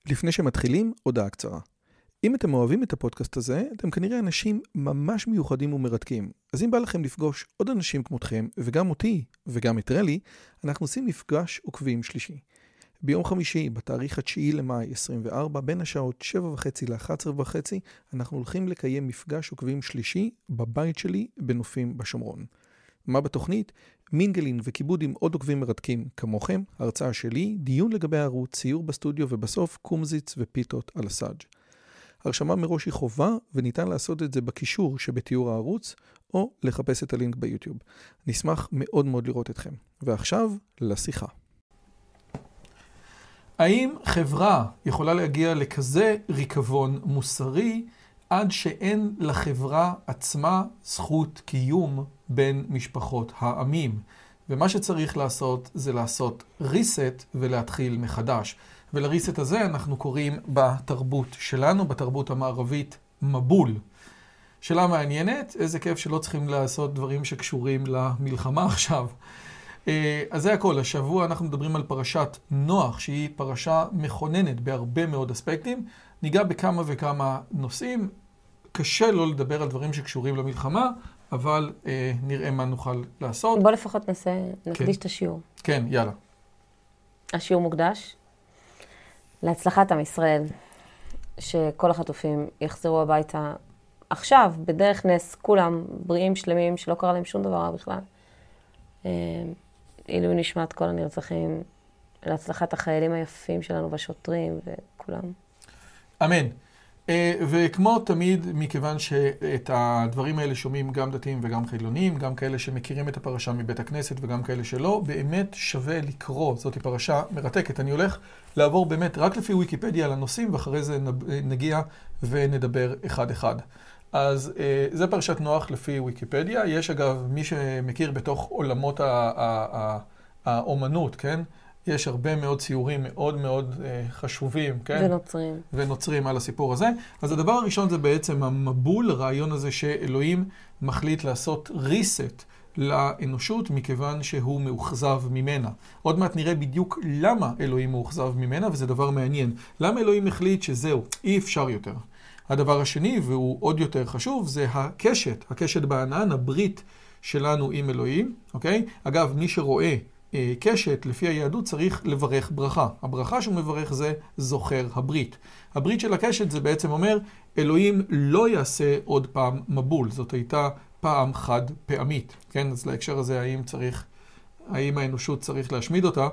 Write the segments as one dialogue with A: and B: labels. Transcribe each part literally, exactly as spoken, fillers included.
A: לפני שמתחילים, הודעה קצרה. אם אתם אוהבים את הפודקאסט הזה, אתם כנראה אנשים ממש מיוחדים ומרתקים. אז אם בא לכם לפגוש עוד אנשים כמותכם, וגם אותי, וגם את רלי, אנחנו עושים מפגש עוקבים שלישי. ביום חמישי, בתאריך התשיעי למאי עשרים וארבע, בין השעות שבע וחצי ל-אחת עשרה וחצי, אנחנו הולכים לקיים מפגש עוקבים שלישי בבית שלי בנופים בשומרון. מה בתוכנית? מינגלין וכיבוד עם עוד עוקבים מרתקים כמוכם, הרצאה שלי, דיון לגבי הערוץ, ציור בסטודיו ובסוף קומזיץ ופיתות על הסאג'. הרשמה מראש היא חובה וניתן לעשות את זה בקישור שבתיאור הערוץ או לחפש את הלינק ביוטיוב. נשמח מאוד מאוד לראות אתכם. ועכשיו לשיחה. האם חברה יכולה להגיע לכזה ריקבון מוסרי עד שאין לחברה עצמה זכות קיום בין משפחות העמים? ומה שצריך לעשות זה לעשות ריסט ולהתחיל מחדש. ולריסט הזה אנחנו קוראים בתרבות שלנו, בתרבות המערבית, מבול. שאלה מעניינת, איזה כיף שלא צריכים לעשות דברים שקשורים למלחמה עכשיו. אז זה הכל, השבוע אנחנו מדברים על פרשת נוח, שהיא פרשה מכוננת בהרבה מאוד אספקטים. ניגע בכמה וכמה נושאים, קשה לא לדבר על דברים שקשורים למלחמה, אבל אה, נראה מה נוכל לעשות.
B: בוא לפחות נעשה, נקדיש כן. את השיעור.
A: כן, יאללה.
B: השיעור מוקדש להצלחת עם ישראל, שכל החטופים יחזרו הביתה עכשיו, בדרך נס, כולם בריאים, שלמים, שלא קרה להם שום דבר בכלל. אה, אילו נשמעת כל הנרצחים, להצלחת החיילים היפים שלנו והשוטרים וכולם.
A: אמן. וכמו תמיד, מכיוון שאת הדברים האלה שומעים גם דתיים וגם חילונים, גם כאלה שמכירים את הפרשה מבית הכנסת וגם כאלה שלא, באמת שווה לקרוא. זאת פרשה מרתקת. אני הולך לעבור באמת רק לפי ויקיפדיה על הנושאים, ואחרי זה נגיע ונדבר אחד אחד. אז זה פרשת נוח לפי ויקיפדיה. יש אגב, מי שמכיר בתוך עולמות האומנות, כן? יש הרבה מאוד ציורים מאוד מאוד חשובים, כן?
B: ונוצרים.
A: ונוצרים על הסיפור הזה. אז הדבר הראשון זה בעצם המבול, הרעיון הזה שאלוהים מחליט לעשות ריסט לאנושות, מכיוון שהוא מאוכזב ממנה. עוד מעט נראה בדיוק למה אלוהים מאוכזב ממנה, וזה דבר מעניין. למה אלוהים החליט שזהו, אי אפשר יותר. הדבר השני, והוא עוד יותר חשוב, זה הקשת, הקשת בענן, הברית שלנו עם אלוהים, אוקיי? אגב, מי שרואה קשת, לפי היהדות, צריך לברך ברכה. הברכה שהוא מברך זה זוכר הברית. הברית של הקשת זה בעצם אומר, אלוהים לא יעשה עוד פעם מבול. זאת הייתה פעם חד פעמית. כן? אז להקשר הזה, האם צריך, האם האנושות צריך להשמיד אותה?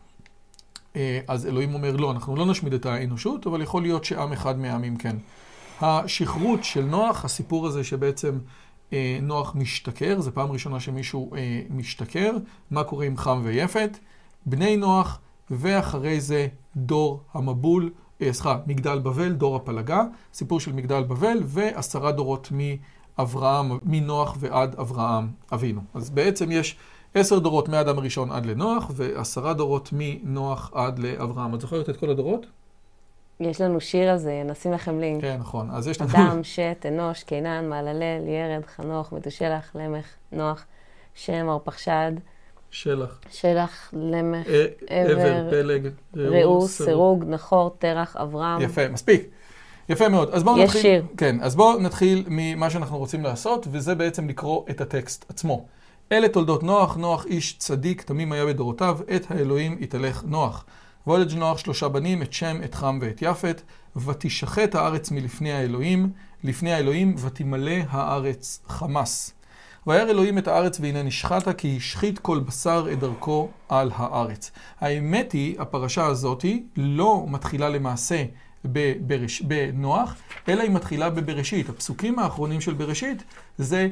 A: אז אלוהים אומר, לא, אנחנו לא נשמיד את האנושות, אבל יכול להיות שעם אחד מהעמים כן. השחרות של נוח, הסיפור הזה שבעצם נוח משתכר, זה פעם ראשונה שמישהו אה, משתכר, מה קורה עם חם ויפת, בני נוח, ואחרי זה דור המבול, אה, סליחה, מגדל בבל, דור הפלגה, סיפור של מגדל בבל, ועשרה דורות מאברהם, מנוח ועד אברהם אבינו. אז בעצם יש עשר דורות מאדם הראשון עד לנוח, ועשרה דורות מנוח עד לאברהם. את זוכרת את כל הדורות?
B: יש לנו שיר על זה, נשים לכם לינק.
A: כן, נכון. אז יש לנו...
B: אדם, שת, אנוש, קינן, מעללל, ירד, חנוך, מתושלח, למח, נוח, שם, ארפחשד.
A: שלח.
B: שלח, למח,
A: עבר, פלג,
B: ראו, סירוג, נחור, תרח, אברהם.
A: יפה, מספיק. יפה מאוד. אז בואו
B: יש
A: נתחיל...
B: שיר.
A: כן, אז בואו נתחיל ממה שאנחנו רוצים לעשות, וזה בעצם לקרוא את הטקסט עצמו. אלה תולדות נוח, נוח איש צדיק, תמים היה בדורותיו, את האלוהים יתהלך נוח. וולד נוח שלושה בנים, את שם, את חם ואת יפת, ותשחט הארץ מלפני האלוהים, לפני האלוהים, ותמלא הארץ חמס. וירא אלוהים את הארץ, והנה נשחטה, כי השחית כל בשר את דרכו על הארץ. האמת היא, הפרשה הזאת לא מתחילה למעשה בברש, בנוח, אלא היא מתחילה בבראשית. הפסוקים האחרונים של בראשית זה...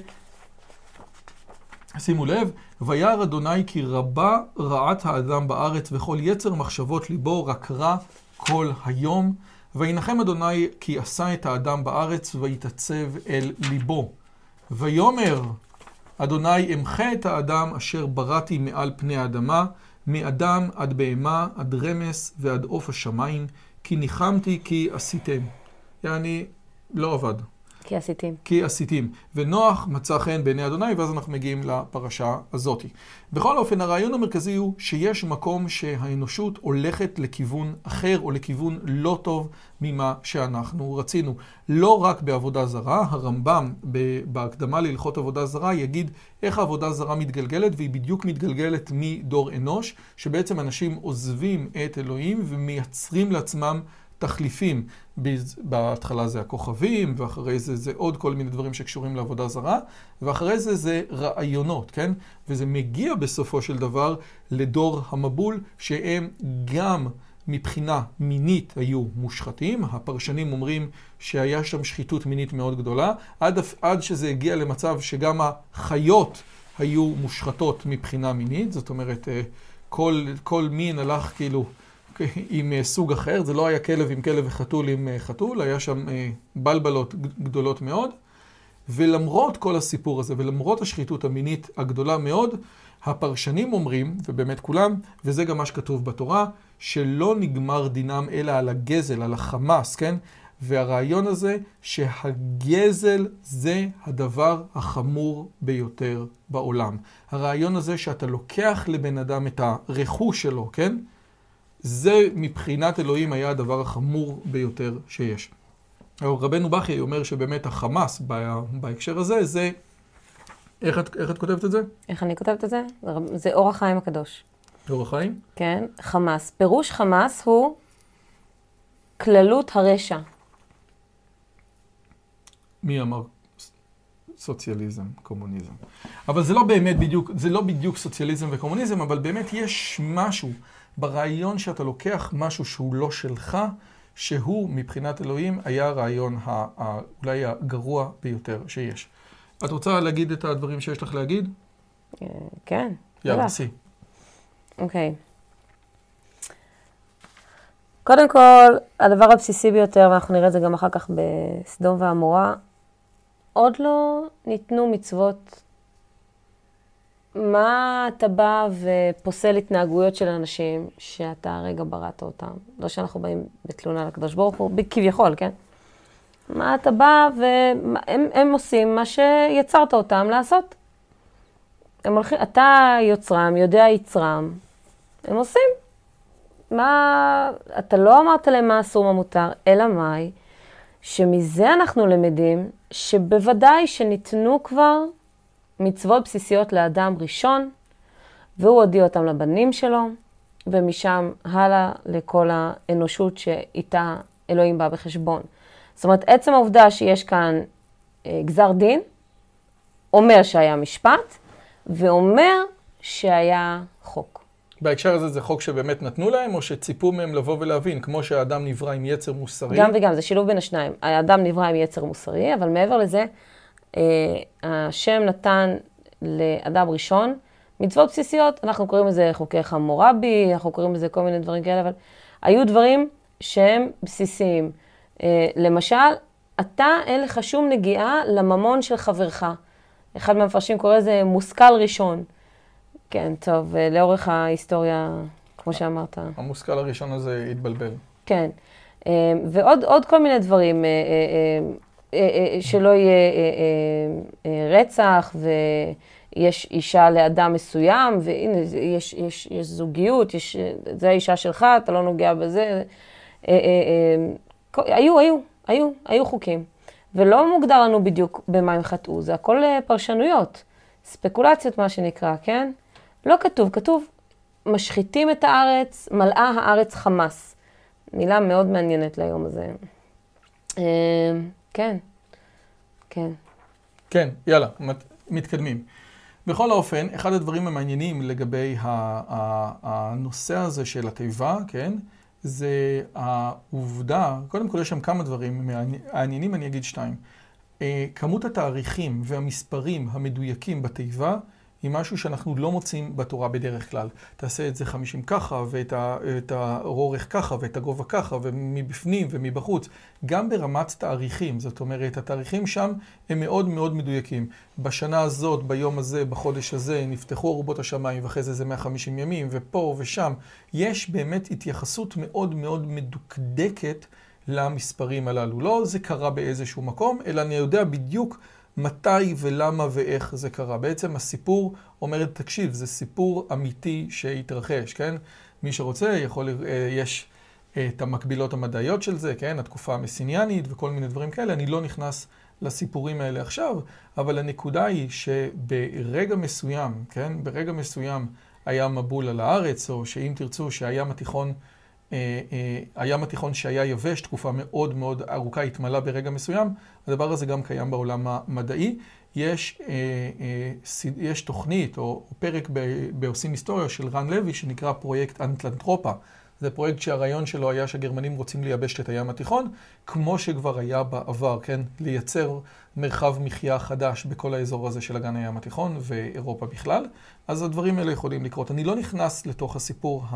A: שימו לב, וירא אדוני כי רבה רעת האדם בארץ וכל יצר מחשבות ליבו רק רע כל היום. וינחם אדוני כי עשה את האדם בארץ ויתעצב אל ליבו. ויאמר אדוני אמחה את האדם אשר בראתי מעל פני האדמה, מאדם עד בהמה עד רמס ועד עוף השמיים, כי ניחמתי כי עשיתם. יעני, לא עבד.
B: כי עשיתים.
A: כי עשיתים. ונוח מצא חן בעיני אדוני, ואז אנחנו מגיעים לפרשה הזאת. בכל אופן, הרעיון המרכזי הוא שיש מקום שהאנושות הולכת לכיוון אחר, או לכיוון לא טוב ממה שאנחנו רצינו. לא רק בעבודה זרה, הרמב"ם בהקדמה להלכות עבודה זרה יגיד איך העבודה זרה מתגלגלת, והיא בדיוק מתגלגלת מדור אנוש, שבעצם אנשים עוזבים את אלוהים ומייצרים לעצמם תחליפים. בהתחלה זה הכוכבים, ואחרי זה זה עוד כל מיני דברים שקשורים לעבודה זרה, ואחרי זה זה רעיונות, כן? וזה מגיע בסופו של דבר לדור המבול, שהם גם מבחינה מינית היו מושחתים. הפרשנים אומרים שהיה שם שחיתות מינית מאוד גדולה, עד, עד שזה הגיע למצב שגם החיות היו מושחתות מבחינה מינית. זאת אומרת, כל, כל מין הלך כאילו עם סוג אחר. זה לא היה כלב עם כלב וחתול עם חתול, היה שם בלבלות גדולות מאוד. ולמרות כל הסיפור הזה, ולמרות השחיתות המינית הגדולה מאוד, הפרשנים אומרים, ובאמת כולם, וזה גם מה שכתוב בתורה, שלא נגמר דינם אלא על הגזל, על החמאס, כן? והרעיון הזה שהגזל זה הדבר החמור ביותר בעולם. הרעיון הזה שאתה לוקח לבן אדם את הרכוש שלו, כן? זה מבחינת אלוהים היה הדבר החמור ביותר שיש. רבנו בכי אומר שבאמת החמאס בהקשר הזה, זה... איך את, איך את כותבת את זה?
B: איך אני כותבת את זה? זה אור החיים הקדוש.
A: אור החיים?
B: כן, חמאס. פירוש חמאס הוא כללות הרשע.
A: מי אמר? סוציאליזם, קומוניזם. אבל זה לא באמת בדיוק, זה לא בדיוק סוציאליזם וקומוניזם, אבל באמת יש משהו ברעיון שאתה לוקח משהו שהוא לא שלך, שהוא מבחינת אלוהים היה הרעיון אולי הגרוע ביותר שיש. את רוצה להגיד את הדברים שיש לך להגיד?
B: כן.
A: יאללה, סי.
B: אוקיי. קודם כל, הדבר הבסיסי ביותר, ואנחנו נראה את זה גם אחר כך בסדום ועמורה, עוד לא ניתנו מצוות. מה אתה בא ופוסל התנהגויות של אנשים שאתה הרגע בראת אותם? לא שאנחנו באים בתלונה לקדוש ברוך הוא, כביכול, כן? מה אתה בא והם הם עושים מה שיצרת אותם לעשות. הם הולכים, אתה יוצרם, יודע יצרם, הם עושים. מה, אתה לא אמרת להם מה אסור מה מותר, אלא מאי, שמזה אנחנו למדים שבוודאי שניתנו כבר מצוות בסיסיות לאדם ראשון, והוא הודיע אותם לבנים שלו, ומשם הלאה לכל האנושות שאיתה אלוהים בא בחשבון. זאת אומרת, עצם העובדה שיש כאן אה, גזר דין, אומר שהיה משפט, ואומר שהיה חוק.
A: בהקשר הזה זה חוק שבאמת נתנו להם, או שציפו מהם לבוא ולהבין, כמו שהאדם נברא עם יצר מוסרי?
B: גם וגם, זה שילוב בין השניים. האדם נברא עם יצר מוסרי, אבל מעבר לזה, אה, השם נתן לאדם ראשון מצוות בסיסיות, אנחנו קוראים לזה חוקי חמורבי, אנחנו קוראים לזה כל מיני דברים כאלה, אבל היו דברים שהם בסיסיים. אה, למשל, אתה אין לך שום נגיעה לממון של חברך. אחד מהמפרשים קורא לזה מושכל ראשון. כן, טוב, לאורך ההיסטוריה, כמו שאמרת.
A: המושכל הראשון הזה התבלבל.
B: כן, ועוד עוד כל מיני דברים, שלא יהיה רצח, ויש אישה לאדם מסוים, והנה, יש, יש, יש זוגיות, יש, זה האישה שלך, אתה לא נוגע בזה. היו, היו, היו, היו חוקים. ולא מוגדר לנו בדיוק במה הם חטאו, זה הכל פרשנויות, ספקולציות מה שנקרא, כן? לא כתוב, כתוב, משחיתים את הארץ, מלאה הארץ חמאס. מילה מאוד מעניינת ליום הזה. כן, כן.
A: כן, יאללה, מתקדמים. בכל האופן, אחד הדברים המעניינים לגבי הנושא הזה של התיבה, כן? זה העובדה, קודם כל יש שם כמה דברים מעניינים, אני אגיד שתיים. כמות התאריכים והמספרים המדויקים בתיבה, היא משהו שאנחנו לא מוצאים בתורה בדרך כלל. תעשה את זה חמישים ככה, ואת האורך ככה, ואת הגובה ככה, ומבפנים ומבחוץ. גם ברמת תאריכים, זאת אומרת, התאריכים שם הם מאוד מאוד מדויקים. בשנה הזאת, ביום הזה, בחודש הזה, נפתחו ארובות השמיים, ואחרי זה זה מאה וחמישים ימים, ופה ושם. יש באמת התייחסות מאוד מאוד מדוקדקת למספרים הללו. לא זה קרה באיזשהו מקום, אלא אני יודע בדיוק מתי ולמה ואיך זה קרה. בעצם הסיפור אומר, תקשיב, זה סיפור אמיתי שהתרחש, כן? מי שרוצה יכול, יש את המקבילות המדעיות של זה, כן? התקופה המסיניאנית וכל מיני דברים כאלה. אני לא נכנס לסיפורים האלה עכשיו, אבל הנקודה היא שברגע מסוים, כן? ברגע מסוים היה מבול על הארץ, או שאם תרצו שהים התיכון, הים התיכון שהיה יבש, תקופה מאוד מאוד ארוכה התמלא ברגע מסוים, הדבר הזה גם קיים בעולם המדעי. יש, יש תוכנית או פרק בעושים היסטוריה של רן לוי שנקרא פרויקט אנטלנטרופה. זה פרויקט שהרעיון שלו היה שהגרמנים רוצים לייבש את הים התיכון, כמו שכבר היה בעבר, כן? לייצר מרחב מחיה חדש בכל האזור הזה של אגן הים התיכון ואירופה בכלל. אז הדברים האלה יכולים לקרות. אני לא נכנס לתוך הסיפור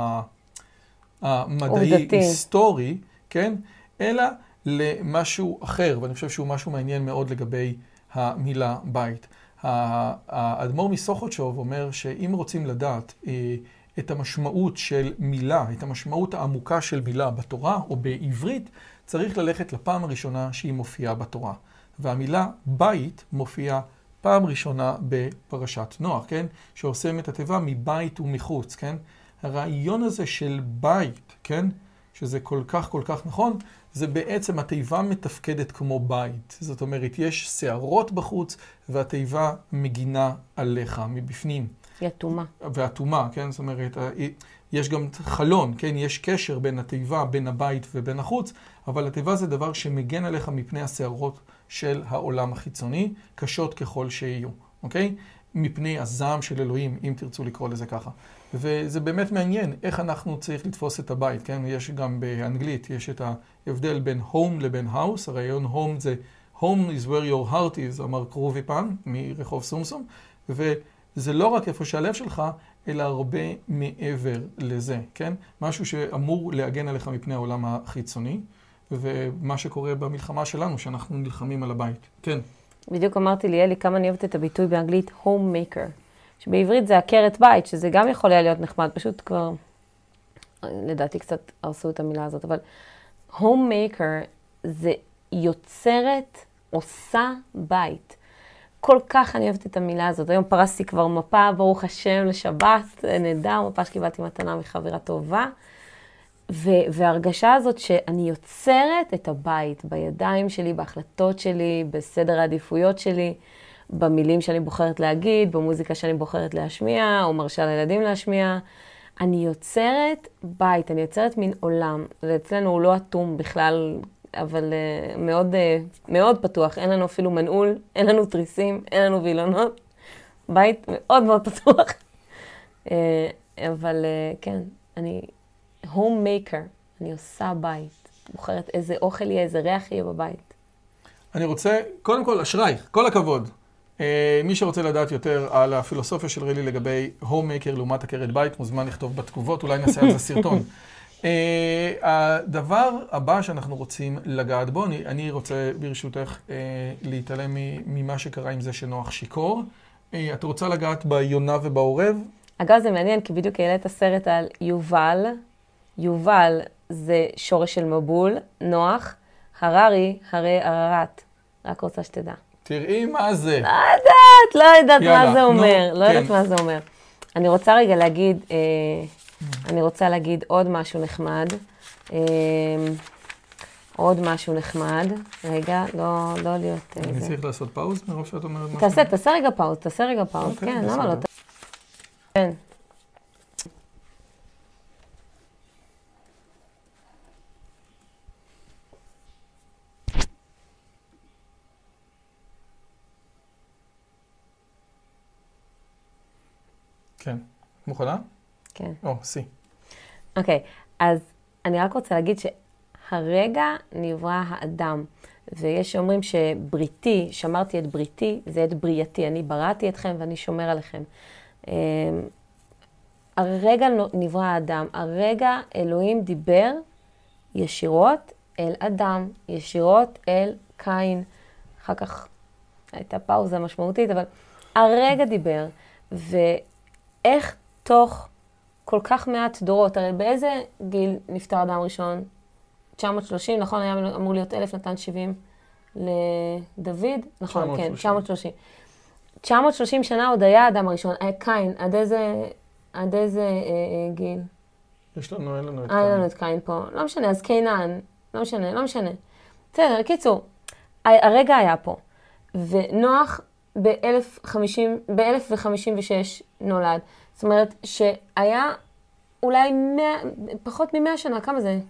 A: המדעי היסטורי, כן? אלא למשהו אחר, ואני חושב שהוא משהו מעניין מאוד לגבי המילה בית. האדמו"ר מסוכותשוב אומר שאם רוצים לדעת את המשמעות של מילה, את המשמעות העמוקה של מילה בתורה או בעברית, צריך ללכת לפעם הראשונה שהיא מופיעה בתורה. והמילה בית מופיעה פעם ראשונה בפרשת נוח, כן? שעושים את התיבה מבית ומחוץ, כן? הרעיון הזה של בית, כן? שזה כל כך כל כך נכון, זה בעצם התיבה מתפקדת כמו בית. זאת אומרת, יש שערות בחוץ והתיבה מגינה עליך מבפנים.
B: היא אטומה.
A: ואטומה, כן? זאת אומרת, יש גם חלון, כן? יש קשר בין התיבה, בין הבית ובין החוץ, אבל התיבה זה דבר שמגן עליך מפני השערות של העולם החיצוני, קשות ככל שיהיו, אוקיי? מפני הזעם של אלוהים, אם תרצו לקרוא לזה ככה. וזה באמת מעניין איך אנחנו צריך לתפוס את הבית, כן? יש גם באנגלית, יש את ההבדל בין home לבין house. הרעיון home זה home is where your heart is, אמר קרובי פן מרחוב סומסום, וזה לא רק איפה שהלב שלך, אלא הרבה מעבר לזה, כן? משהו שאמור להגן עליך מפני העולם החיצוני, ומה שקורה במלחמה שלנו, שאנחנו נלחמים על הבית. כן.
B: בדיוק אמרתי לי, אלי, כמה אני אוהבת את הביטוי באנגלית homemaker, שבעברית זה עקרת בית, שזה גם יכול להיות נחמד, פשוט כבר, לדעתי קצת הרסו את המילה הזאת, אבל homemaker זה יוצרת, עושה בית. כל כך אני אוהבת את המילה הזאת. היום פרסתי כבר מפה, ברוך השם, לשבת, נהדר, מפה שקיבלתי מתנה מחברה טובה. וההרגשה הזאת שאני יוצרת את הבית בידיים שלי, בהחלטות שלי, בסדר העדיפויות שלי, במילים שאני בוחרת להגיד, במוזיקה שאני בוחרת להשמיע, או מרשה לילדים להשמיע. אני יוצרת בית, אני יוצרת מין עולם. ואצלנו הוא לא אטום בכלל, אבל uh, מאוד, uh, מאוד פתוח. אין לנו אפילו מנעול, אין לנו תריסים, אין לנו וילונות. בית מאוד מאוד פתוח. uh, אבל uh, כן, אני homemaker, אני עושה בית. בוחרת איזה אוכל יהיה, איזה ריח יהיה בבית.
A: אני רוצה, קודם כל, אשרייך, כל הכבוד. Uh, מי שרוצה לדעת יותר על הפילוסופיה של רילי לגבי homemaker לעומת עקרת בית, מוזמן לכתוב בתגובות, אולי נעשה על זה סרטון. Uh, הדבר הבא שאנחנו רוצים לגעת בו, אני, אני רוצה ברשותך uh, להתעלם ממה שקרה עם זה שנוח שיקור. Uh, את רוצה לגעת ביונה ובעורב?
B: אגב, זה מעניין, כי בדיוק העלה את הסרט על יובל. יובל זה שורש של מבול, נוח, הררי, הרי הררת. רק רוצה שתדע.
A: תראי מה זה.
B: לא יודעת, לא יודעת
A: יאללה,
B: מה זה אומר.
A: נו,
B: לא
A: כן.
B: יודעת מה זה אומר. אני רוצה רגע להגיד, אה, אני רוצה להגיד עוד משהו נחמד. אה, עוד משהו נחמד. רגע, לא, לא להיות... אה,
A: אני
B: זה.
A: צריך לעשות פאוז מרוב שאת אומרת משהו?
B: תעשה, תעשה רגע פאוז, תעשה רגע פאוז.
A: אוקיי,
B: כן, למה לא?
A: בסדר.
B: כן.
A: כן. מוכנה?
B: כן.
A: או, סי.
B: אוקיי, אז אני רק רוצה להגיד שהרגע נברא האדם, ויש שאומרים שבריתי, שמרתי את בריתי, זה את בריאתי, אני בראתי אתכם ואני שומר עליכם. הרגע נברא האדם, הרגע אלוהים דיבר ישירות אל אדם, ישירות אל קין. אחר כך הייתה פאוזה משמעותית, אבל הרגע דיבר, ואיך תוך כל כך מעט דורות, הרי באיזה גיל נפטר אדם ראשון? תשע מאות ושלושים, נכון, היה אמור להיות אלף, נתן שבעים לדוד, נכון, כן, תשע מאות ושלושים. תשע מאות ושלושים שנה עוד היה האדם הראשון, היה קין, עד איזה, עד איזה אה, אה, גיל?
A: יש לנו, אין לנו את
B: קין. אין לנו את קין פה, לא משנה, אז קינן, לא משנה, לא משנה. בסדר, קיצור, הרגע היה פה, ונוח ב-אלף וחמישים ושש נולד. זאת אומרת שהיה אולי מאה, פחות ממאה שנה, כמה זה?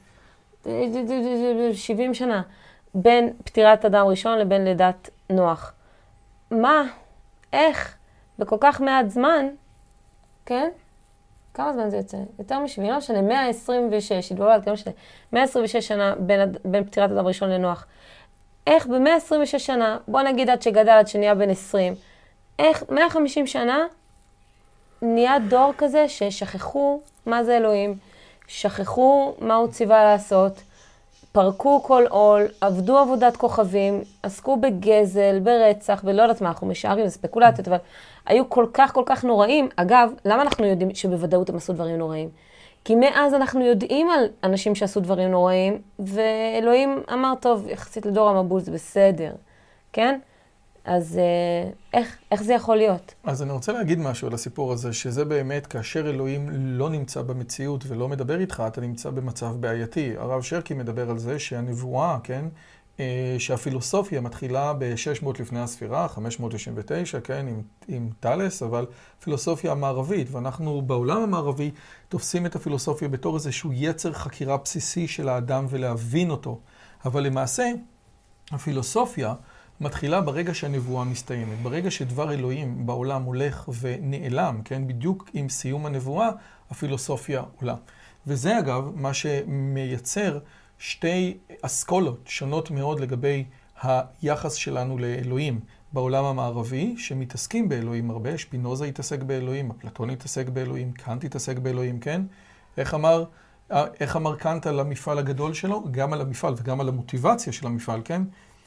B: שבעים שנה, בין פטירת אדם ראשון לבין לידת נוח. מה? איך? בכל כך מעט זמן, כן? כמה זמן זה יוצא? יותר משבעים, לא משנה, מאה עשרים ושש, התבלבלת, כמה משנה, מאה עשרים ושש שנה בין, בין פטירת אדם ראשון לנוח. איך ב-מאה עשרים ושש שנה, בוא נגיד עד שגדל, עד שנהיה בן עשרים, איך מאה וחמישים שנה נהיה דור כזה ששכחו מה זה אלוהים, שכחו מה הוא ציווה לעשות, פרקו כל עול, עבדו עבודת כוכבים, עסקו בגזל, ברצח, ולא יודעת מה, אנחנו משערים, זה ספקולציות, אבל היו כל כך כל כך נוראים. אגב, למה אנחנו יודעים שבוודאות הם עשו דברים נוראים? כי מאז אנחנו יודעים על אנשים שעשו דברים נוראים, ואלוהים אמר, טוב, יחסית לדור המבול זה בסדר, כן? אז איך, איך זה יכול להיות?
A: אז אני רוצה להגיד משהו על הסיפור הזה, שזה באמת כאשר אלוהים לא נמצא במציאות ולא מדבר איתך, אתה נמצא במצב בעייתי. הרב שרקי מדבר על זה שהנבואה, כן, שהפילוסופיה מתחילה ב-שש מאות לפני הספירה, חמש מאות תשעים ותשע, כן, עם, עם טלס, אבל פילוסופיה המערבית, ואנחנו בעולם המערבי תופסים את הפילוסופיה בתור איזשהו יצר חקירה בסיסי של האדם ולהבין אותו. אבל למעשה, הפילוסופיה מתחילה ברגע שהנבואה מסתיימת. ברגע שדבר אלוהים בעולם הולך ונעלם, כן, בדיוק עם סיום הנבואה, הפילוסופיה עולה. וזה אגב מה שמייצר שתי אסכולות שונות מאוד לגבי היחס שלנו לאלוהים. בעולם המערבי, שמתעסקים באלוהים הרבה, שפינוזה יתעסק באלוהים, אפלטון יתעסק באלוהים, קאנט יתעסק באלוהים, כן? איך אמר, איך אמר קאנט על המפעל הגדול שלו? גם על המפעל וגם על המוטיבציה של המפעל, כן?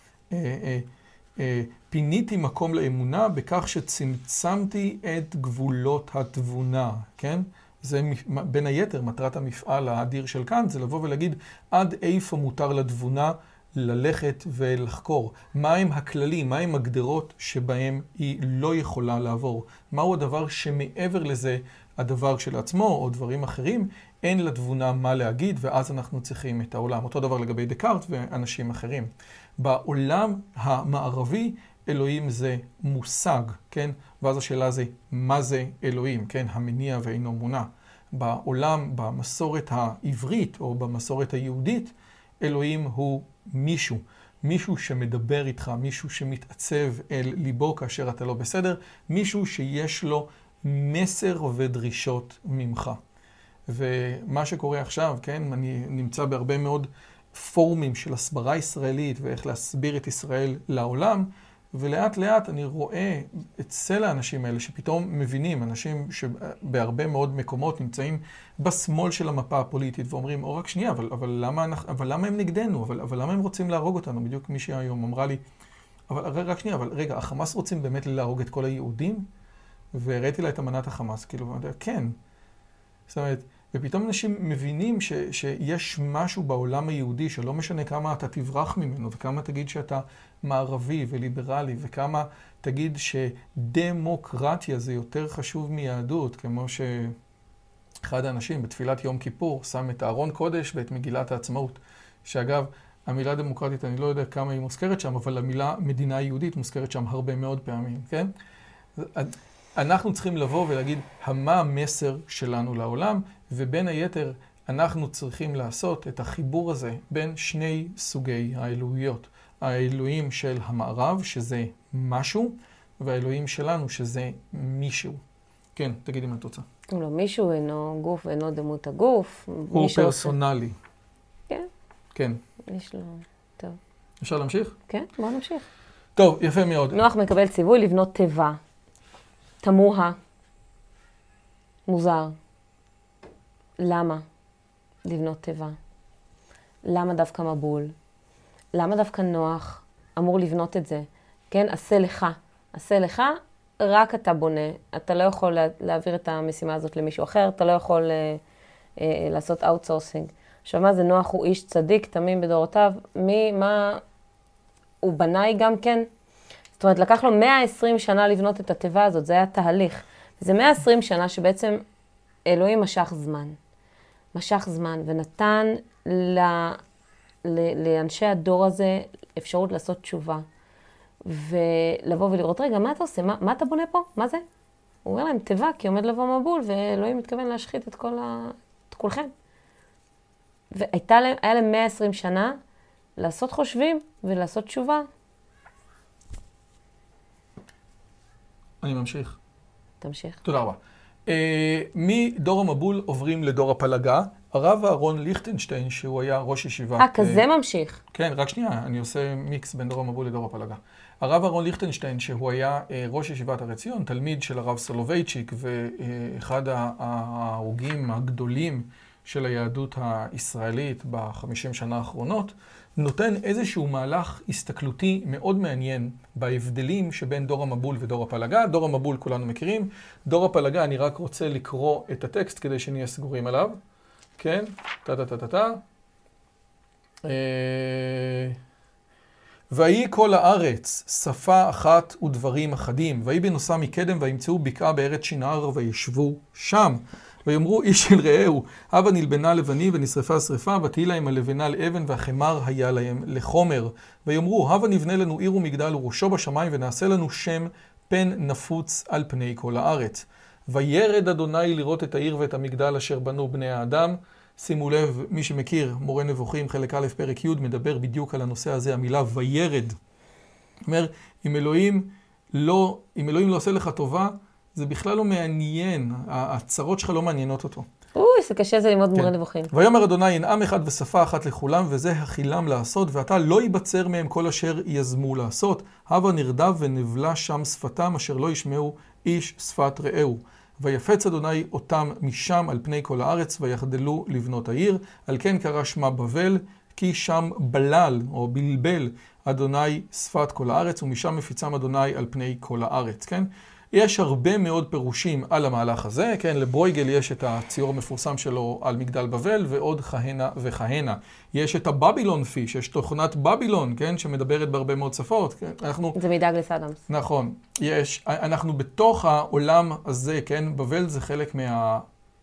A: פיניתי מקום לאמונה בכך שצמצמתי את גבולות התבונה, כן? זה בין היתר מטרת המפעל האדיר של קאנט, זה לבוא ולהגיד עד איפה מותר לתבונה ללכת ולחקור. מהם הכללים, מהם הגדרות שבהם היא לא יכולה לעבור. מהו הדבר שמעבר לזה, הדבר שלעצמו או דברים אחרים, אין לתבונה מה להגיד, ואז אנחנו צריכים את העולם. אותו דבר לגבי דקארט ואנשים אחרים. בעולם המערבי, אלוהים זה מושג, כן? ואז השאלה זה, מה זה אלוהים, כן? המניע ואינו מונע. בעולם, במסורת העברית או במסורת היהודית, אלוהים הוא מישהו. מישהו שמדבר איתך, מישהו שמתעצב אל ליבו כאשר אתה לא בסדר, מישהו שיש לו מסר ודרישות ממך. ומה שקורה עכשיו, כן? אני נמצא בהרבה מאוד פורומים של הסברה ישראלית ואיך להסביר את ישראל לעולם, ולאט לאט אני רואה אצל האנשים האלה שפתאום מבינים, אנשים שבהרבה מאוד מקומות נמצאים בשמאל של המפה הפוליטית ואומרים, או רק שנייה, אבל, אבל, למה, אבל למה הם נגדנו? אבל, אבל למה הם רוצים להרוג אותנו? בדיוק מישהי היום אמרה לי, אבל רק שנייה, אבל רגע, החמאס רוצים באמת להרוג את כל היהודים? והראיתי לה את אמנת החמאס, כאילו, ואני יודע, כן. זאת אומרת, ופתאום אנשים מבינים ש, שיש משהו בעולם היהודי שלא משנה כמה אתה תברח ממנו וכמה תגיד שאתה מערבי וליברלי וכמה תגיד שדמוקרטיה זה יותר חשוב מיהדות, כמו שאחד האנשים בתפילת יום כיפור שם את ארון קודש ואת מגילת העצמאות. שאגב, המילה דמוקרטית אני לא יודע כמה היא מוזכרת שם, אבל המילה מדינה יהודית מוזכרת שם הרבה מאוד פעמים, כן? אנחנו צריכים לבוא ולהגיד מה המסר שלנו לעולם, ובין היתר אנחנו צריכים לעשות את החיבור הזה בין שני סוגי האלוהיות. האלוהים של המערב, שזה משהו, והאלוהים שלנו, שזה מישהו. כן, תגידי מה את רוצה.
B: לא, מישהו אינו גוף, אינו דמות הגוף.
A: הוא פרסונלי.
B: כן.
A: כן.
B: יש לו... טוב.
A: אפשר להמשיך?
B: כן, בואו נמשיך.
A: טוב, יפה מאוד.
B: נוח מקבל ציווי לבנות תיבה. תמוה. מוזר. למה לבנות תיבה? למה דווקא מבול? למה דווקא נוח אמור לבנות את זה? כן, עשה לך. עשה לך, רק אתה בונה. אתה לא יכול להעביר את המשימה הזאת למישהו אחר, אתה לא יכול אה, אה, לעשות אאוטסורסינג. עכשיו, מה זה נוח הוא איש צדיק, תמים בדורותיו? מי, מה... הוא בנאי גם כן? זאת אומרת, לקח לו מאה ועשרים שנה לבנות את התיבה הזאת, זה היה תהליך. זה מאה ועשרים שנה שבעצם אלוהים משך זמן. משך זמן ונתן ל... ל... לאנשי הדור הזה אפשרות לעשות תשובה. ולבוא ולראות, רגע, מה אתה עושה? מה, מה אתה בונה פה? מה זה? הוא אומר להם, תיבה, כי עומד לבוא מבול, ואלוהים מתכוון להשחית את כל ה... את כולכם. והיה להם מאה ועשרים שנה לעשות חושבים ולעשות תשובה.
A: אני ממשיך.
B: תמשיך.
A: תודה רבה. Uh, מדור המבול עוברים לדור הפלגה. הרב אהרון ליכטנשטיין, שהוא היה ראש ישיבה...
B: אה, כזה ממשיך.
A: כן, רק שנייה, אני עושה מיקס בין דור המבול לדור הפלגה. הרב אהרון ליכטנשטיין, שהוא היה uh, ראש ישיבת הר עציון, תלמיד של הרב סולובייצ'יק, ואחד ההוגים הגדולים של היהדות הישראלית בחמישים שנה האחרונות, נותן איזשהו מהלך הסתכלותי מאוד מעניין בהבדלים שבין דור המבול ודור הפלגה. דור המבול כולנו מכירים. דור הפלגה, אני רק רוצה לקרוא את הטקסט כדי שנהיה סגורים עליו. כן? טה-טה-טה-טה. ויהי כל הארץ שפה אחת ודברים אחדים. ויהי בנוסה מקדם וימצאו בקעה בארץ שנער וישבו שם. ויאמרו איש אל רעהו, הבה נלבנה לבני ונשרפה שרפה, ותהי להם הלבנה לאבן והחמר היה להם לחומר. ויאמרו, הבה נבנה לנו עיר ומגדל וראשו בשמיים ונעשה לנו שם פן נפוץ על פני כל הארץ. וירד אדוני לראות את העיר ואת המגדל אשר בנו בני האדם. שימו לב, מי שמכיר, מורה נבוכים, חלק א' פרק י' מדבר בדיוק על הנושא הזה, המילה וירד. אומר, אם אלוהים לא, אם אלוהים לא עושה לך טובה, זה בכלל לא מעניין, הצרות שלך לא מעניינות אותו.
B: אוי, זה קשה זה ללמוד מורה נבוכים.
A: ויאמר אדוני, אין עם אחד ושפה אחת לכולם, וזה החילם לעשות, ואתה לא ייבצר מהם כל אשר יזמו לעשות. הבה נרדף ונבלה שם שפתם, אשר לא ישמעו איש שפת רעהו. ויפץ אדוני אותם משם על פני כל הארץ, ויחדלו לבנות העיר. על כן קרא שמה בבל, כי שם בלל או בלבל אדוני שפת כל הארץ, ומשם מפיצם אדוני על פני כל הארץ. כן? יש הרבה מאוד פירושים על המהלך הזה, כן, לברויגל יש את הציור המפורסם שלו על מגדל בבל, ועוד כהנה וכהנה. יש את הבבילון פיש, יש תוכנת בבילון, כן, שמדברת בהרבה מאוד שפות, כן, אנחנו...
B: זה מדאגלס אדמס.
A: נכון, יש, אנחנו בתוך העולם הזה, כן, בבל זה חלק מה...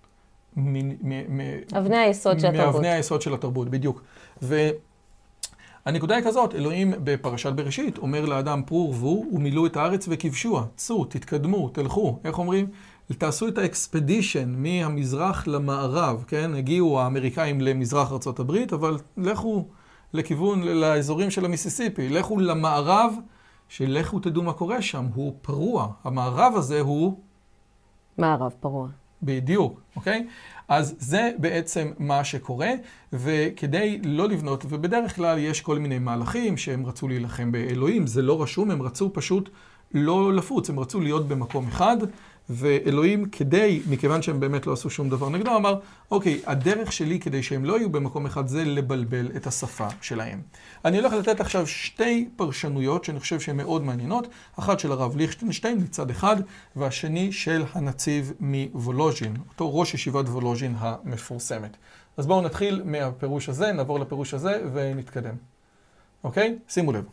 A: מ... מ...
B: אבני היסוד של התרבות.
A: מאבני היסוד של התרבות, בדיוק. ו... הנקודה היא כזאת, אלוהים בפרשת בראשית אומר לאדם פרו ורבו ומילאו את הארץ וכבשוה, צאו, תתקדמו, תלכו, איך אומרים? תעשו את האקספדישן מהמזרח למערב, כן? הגיעו האמריקאים למזרח ארצות הברית, אבל לכו לכיוון, לאזורים של המיסיסיפי, לכו למערב, שלכו תדעו מה קורה שם, הוא פרוע, המערב הזה הוא...
B: מערב פרוע.
A: בדיוק, אוקיי? אז זה בעצם מה שקורה, וכדי לא לבנות, ובדרך כלל יש כל מיני מהלכים שהם רצו להילחם באלוהים, זה לא רשום, הם רצו פשוט לא לפוץ, הם רצו להיות במקום אחד, ואלוהים כדי, מכיוון שהם באמת לא עשו שום דבר נגדו, אמר, אוקיי, הדרך שלי כדי שהם לא יהיו במקום אחד זה לבלבל את השפה שלהם. אני הולך לתת עכשיו שתי פרשנויות שאני חושב שהן מאוד מעניינות, אחת של הרב ליכטנשטיין מצד אחד, והשני של הנציב מוולוז'ין, אותו ראש ישיבת וולוז'ין המפורסמת. אז בואו נתחיל מהפירוש הזה, נעבור לפירוש הזה ונתקדם. אוקיי? שימו לב.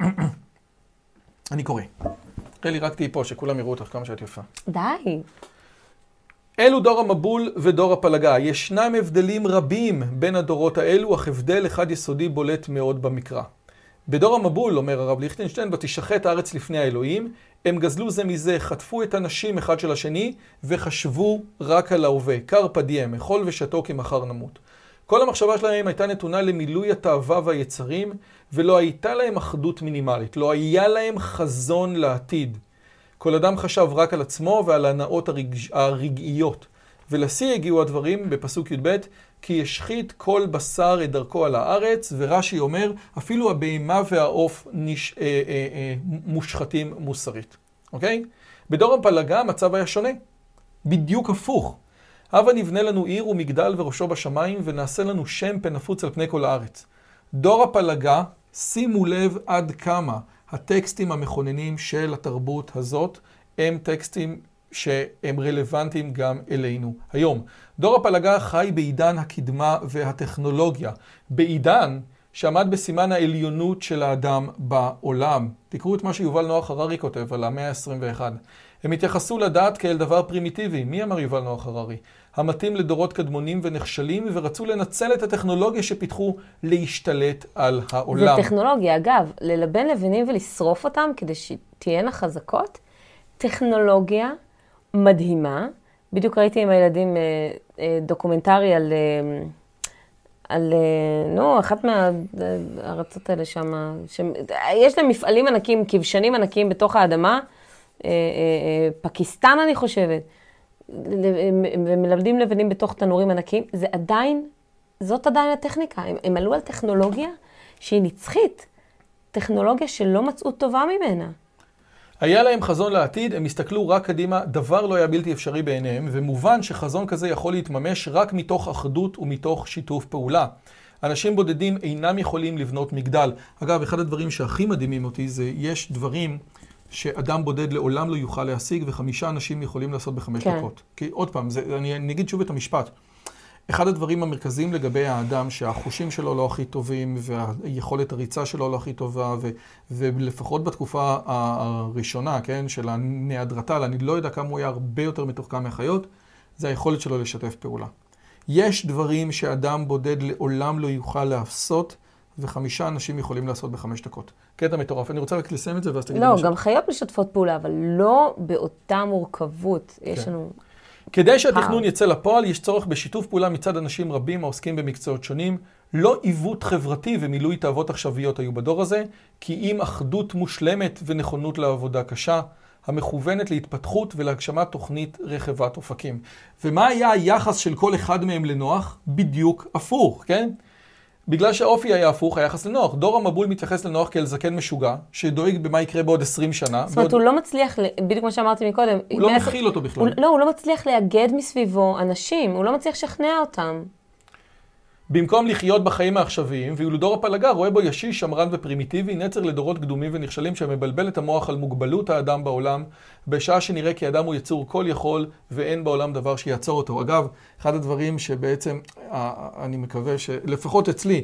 A: אני קורא. אלי, רק תהי פה, שכולם יראו אותך כמה שאת יפה.
B: די.
A: אלו דור המבול ודור הפלגה. ישנם הבדלים רבים בין הדורות האלו, אך הבדל אחד יסודי בולט מאוד במקרא. בדור המבול, אומר הרב ליכטנשטיין, ותשחט הארץ לפני האלוהים, הם גזלו זה מזה, חטפו את הנשים אחד של השני, וחשבו רק על ההווה. קרפא דיאם, אכול ושתו כי מחר נמות. כל המחשבה שלהם הייתה נתונה למילוי התאווה והיצרים, ולא הייתה להם אחדות מינימלית, לא היה להם חזון לעתיד. כל אדם חשב רק על עצמו ועל הנאות הרג... הרגעיות. ולשיא הגיעו הדברים בפסוק י"ב, כי ישחית כל בשר את דרכו על הארץ, ורש"י אומר, אפילו הבהמה והעוף נש... אה, אה, אה, מושחתים מוסרית. אוקיי? בדור הפלגה המצב היה שונה. בדיוק הפוך. הבה נבנה לנו עיר ומגדל וראשו בשמיים, ונעשה לנו שם פן נפוץ על פני כל הארץ. דור הפלגה, שימו לב עד כמה הטקסטים המכוננים של התרבות הזאת, הם טקסטים שהם רלוונטיים גם אלינו היום. דור הפלגה חי בעידן הקדמה והטכנולוגיה, בעידן שעמד בסימן העליונות של האדם בעולם. תקראו את מה שיובל נוח הררי כותב על המאה ה-עשרים ואחת. הם התייחסו לדעת כאל דבר פרימיטיבי. מי אמר יובל נוח הררי? המתאים לדורות קדמונים ונחשלים, ורצו לנצל את הטכנולוגיה שפיתחו להשתלט על העולם.
B: זה טכנולוגיה, אגב, ללבן לבנים ולשרוף אותם כדי שתהיינה חזקות. טכנולוגיה מדהימה. בדיוק ראיתי עם הילדים דוקומנטרי על, על נו, אחת מהארצות האלה שם, יש להם מפעלים ענקים, כבשנים ענקים בתוך האדמה, פקיסטן אני חושבת, ומלמדים לבנים בתוך תנורים ענקים, זה עדיין, זאת עדיין הטכניקה. הם, הם עלו על טכנולוגיה שהיא נצחית, טכנולוגיה שלא מצאו טובה ממנה.
A: היה להם חזון לעתיד, הם הסתכלו רק קדימה, דבר לא היה בלתי אפשרי בעיניהם, ומובן שחזון כזה יכול להתממש רק מתוך אחדות ומתוך שיתוף פעולה. אנשים בודדים אינם יכולים לבנות מגדל. אגב, אחד הדברים שהכי מדהימים אותי זה, יש דברים שאדם בודד לעולם לא יוכל להשיג, וחמישה אנשים יכולים לעשות בחמש כן. דקות. כי עוד פעם, זה, אני, אני אגיד שוב את המשפט. אחד הדברים המרכזיים לגבי האדם, שהחושים שלו לא הכי טובים, והיכולת הריצה שלו לא הכי טובה, ו, ולפחות בתקופה הראשונה, כן, של הנעדרתל, אני לא יודע כמה הוא היה הרבה יותר מתוחכם מהחיות, זה היכולת שלו לשתף פעולה. יש דברים שאדם בודד לעולם לא יוכל לעשות, וחמישה אנשים יכולים לעשות בחמש דקות. קטע מטורף. אני רוצה רק לסיים את זה, ואז תגיד...
B: לא, גם חיות משתפות פעולה, אבל לא באותה מורכבות. יש לנו...
A: כדי שהתכנון יצא לפועל, יש צורך בשיתוף פעולה מצד אנשים רבים העוסקים במקצועות שונים. לא עיוות חברתי ומילוי תאוות עכשוויות היו בדור הזה, כי אם אחדות מושלמת ונכונות לעבודה קשה, המכוונת להתפתחות ולהגשמת תוכנית רחבת אופקים. ומה היה היחס של כל אחד מהם לנוח? בדיוק הפוך, כן? בגלל שהאופי היה הפוך, היחס לנוח. דור המבול מתייחס לנוח כאל זקן משוגע, שדואג במה יקרה בעוד עשרים שנה.
B: זאת אומרת, הוא לא מצליח, בדיוק מה שאמרתי מקודם.
A: הוא לא מכיל אותו בכלל.
B: לא, הוא לא מצליח לאגד מסביבו אנשים, הוא לא מצליח לשכנע אותם.
A: במקום לחיות בחיים העכשוויים, ואילו דור הפלגה רואה בו ישיש, שמרן ופרימיטיבי, נצר לדורות קדומים ונכשלים שמבלבל את המוח על מוגבלות האדם בעולם, בשעה שנראה כי האדם הוא יצור כל יכול, ואין בעולם דבר שיעצור אותו. אגב, אחד הדברים שבעצם, אני מקווה שלפחות אצלי,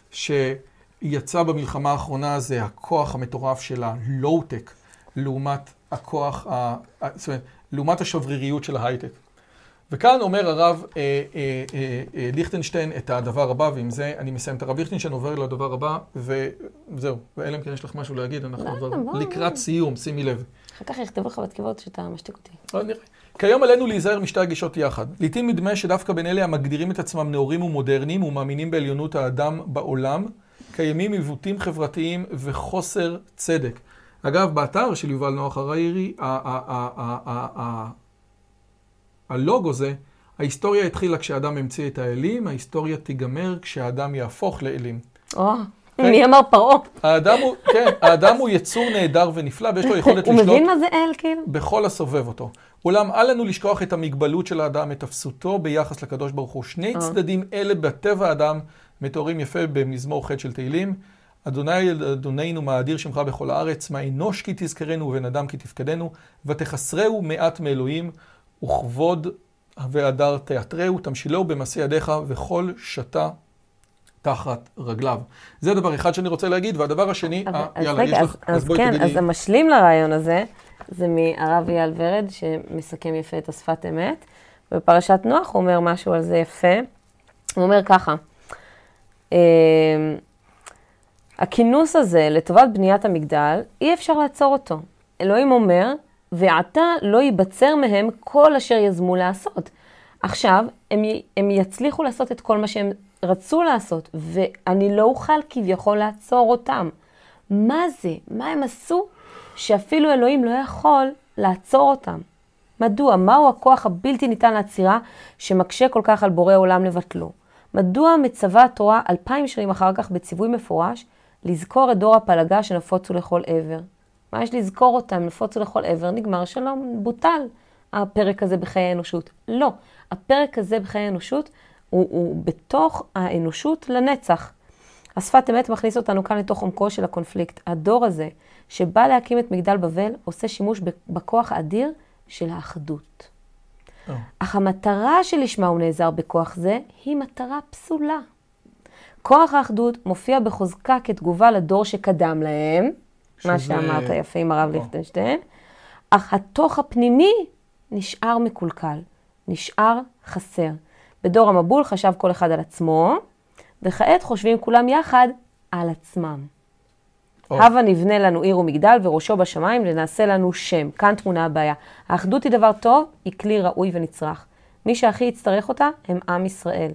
A: שיצא במלחמה האחרונה זה הכוח המטורף של הלואו-טק, לעומת הכוח, זאת אומרת, לעומת השבריריות של ההייטק. וכאן אומר הרב אה, אה, אה, ליכטנשטיין את הדבר הבא, ועם זה אני מסיים את הרב ליכטנשטיין, עובר לדבר הבא, וזהו. ואלה מכן יש לך משהו להגיד, אנחנו עבר לקראת סיום, שימי לב.
B: אחר כך יכתבו לך בתקיבות שאתה משתיק אותי.
A: לא נראה. כיום עלינו להיזהר משתי הגישות יחד. לעתים נדמה שדווקא בין אלה המגדירים את עצמם נאורים ומודרניים ומאמינים בעליונות האדם בעולם, קיימים עיוותים חברתיים וחוסר צדק. אגב, באתר של יובל נוח הררי, הלוגו זה, ההיסטוריה התחילה כשאדם המציא את האלים, ההיסטוריה תיגמר כשאדם יהפוך לאלים.
B: או, מי אמר פרעה?
A: האדם הוא, כן, האדם הוא יצור נהדר ונפלא, ויש לו יכולת לשלוט...
B: הוא מבין מה זה אל, כאילו?
A: בכל הסובב אותו. אולם, אל לנו לשכוח את המגבלות של האדם, את אפסותו ביחס לקדוש ברוך הוא. שני צדדים אלה בטבע האדם, מתוארים יפה במזמור ח' של תהילים. אדוני אדוננו מאדיר שמך בכל הארץ, מה אנוש כי תזכרנו ובן אדם כי תפקדנו, ותחסרהו מעט מאלוהים, וכבוד והדר תיאטרהו, תמשילהו במעשה ידיך, וכל שתה תחת רגליו. זה הדבר אחד שאני רוצה להגיד, והדבר השני,
B: אז,
A: אה,
B: אז
A: יאללה,
B: רגע,
A: יש
B: אז,
A: לך,
B: אז,
A: אז בואי
B: כן,
A: תגידי.
B: אז המשלים לרעיון הזה, זה מהרב אייל ורד, שמסכם יפה את השפת אמת, ובפרשת נוח הוא אומר משהו על זה יפה. הוא אומר ככה, הכינוס הזה לטובת בניית המגדל, אי אפשר לעצור אותו. אלוהים אומר, ועתה לא ייבצר מהם כל אשר יזמו לעשות. עכשיו, הם, הם יצליחו לעשות את כל מה שהם רצו לעשות, ואני לא אוכל כביכול לעצור אותם. מה זה? מה הם עשו? שאפילו אלוהים לא יכול לעצור אותם. מדוע? מהו הכוח הבלתי ניתן לעצירה שמקשה כל כך על בורא עולם לבטלו? מדוע מצווה התורה אלפיים שנים אחר כך בציווי מפורש לזכור את דור הפלגה שנפוצו לכל עבר? מה יש לזכור אותם? נפוצו לכל עבר, נגמר שלום, בוטל הפרק הזה בחיי האנושות. לא, הפרק הזה בחיי האנושות הוא, הוא בתוך האנושות לנצח. השפת אמת מכניס אותנו כאן לתוך עומקו של הקונפליקט. הדור הזה שבא להקים את מגדל בבל עושה שימוש בכוח האדיר של האחדות.
A: Oh.
B: אך המטרה שלשמה הוא נעזר בכוח זה היא מטרה פסולה. כוח האחדות מופיע בחוזקה כתגובה לדור שקדם להם, שזה... מה שאמרת יפה עם הרב oh. ליכטנשטיין, אך התוך הפנימי נשאר מקולקל, נשאר חסר. בדור המבול חשב כל אחד על עצמו, וכעת חושבים כולם יחד על עצמם. Oh. הבה נבנה לנו עיר ומגדל וראשו בשמיים ונעשה לנו שם. כאן תמונה הבעיה. האחדות היא דבר טוב, היא כלי ראוי ונצרך. מי שהכי יצטרך אותה הם עם ישראל.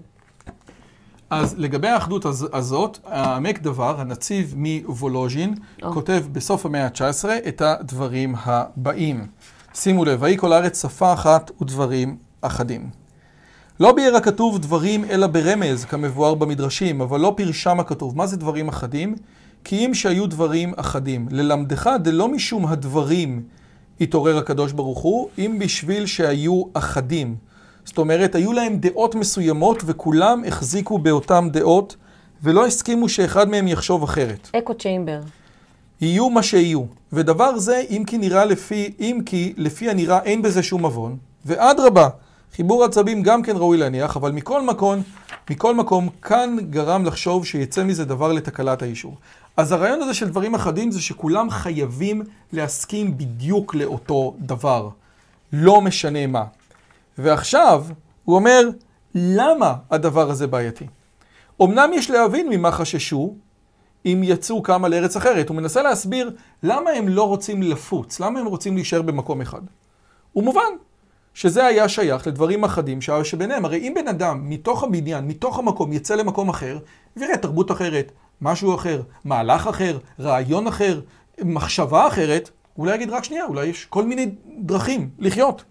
A: אז לגבי האחדות הזאת, העמק דבר, הנציב מוולוז'ין, oh. כותב בסוף המאה ה-תשע עשרה את הדברים הבאים. שימו לב, ויהי כל הארץ שפה אחת ודברים אחדים. לא ביאר הכתוב דברים אלא ברמז, כמבואר במדרשים, אבל לא פירשם הכתוב. מה זה דברים אחדים? כי אם שהיו דברים אחדים. ללמדך דלא משום הדברים התעורר הקדוש ברוך הוא, אם בשביל שהיו אחדים. זאת אומרת, היו להם דעות מסוימות וכולם החזיקו באותם דעות, ולא הסכימו שאחד מהם יחשוב אחרת.
B: אקו צ'יימבר.
A: יהיו מה שיהיו. ודבר זה, אם כי נראה לפי, אם כי לפי הנראה אין בזה שום מבון, ואדרבה, חיבור עצבים גם כן ראוי להניח, אבל מכל מקום, מכל מקום, כאן גרם לחשוב שיצא מזה דבר לתקלת האישור. אז הרעיון הזה של דברים אחדים זה שכולם חייבים להסכים בדיוק לאותו דבר. לא משנה מה. ועכשיו הוא אומר, למה הדבר הזה בעייתי? אמנם יש להבין ממה חששו, אם יצאו כמה לארץ אחרת. הוא מנסה להסביר למה הם לא רוצים לפוץ, למה הם רוצים להישאר במקום אחד. הוא מובן שזה היה שייך לדברים אחדים שביניהם. הרי אם בן אדם מתוך הבניין, מתוך המקום, יצא למקום אחר, ויראה תרבות אחרת, משהו אחר, מהלך אחר, רעיון אחר, מחשבה אחרת, אולי יגיד רק שנייה, אולי יש כל מיני דרכים לחיות.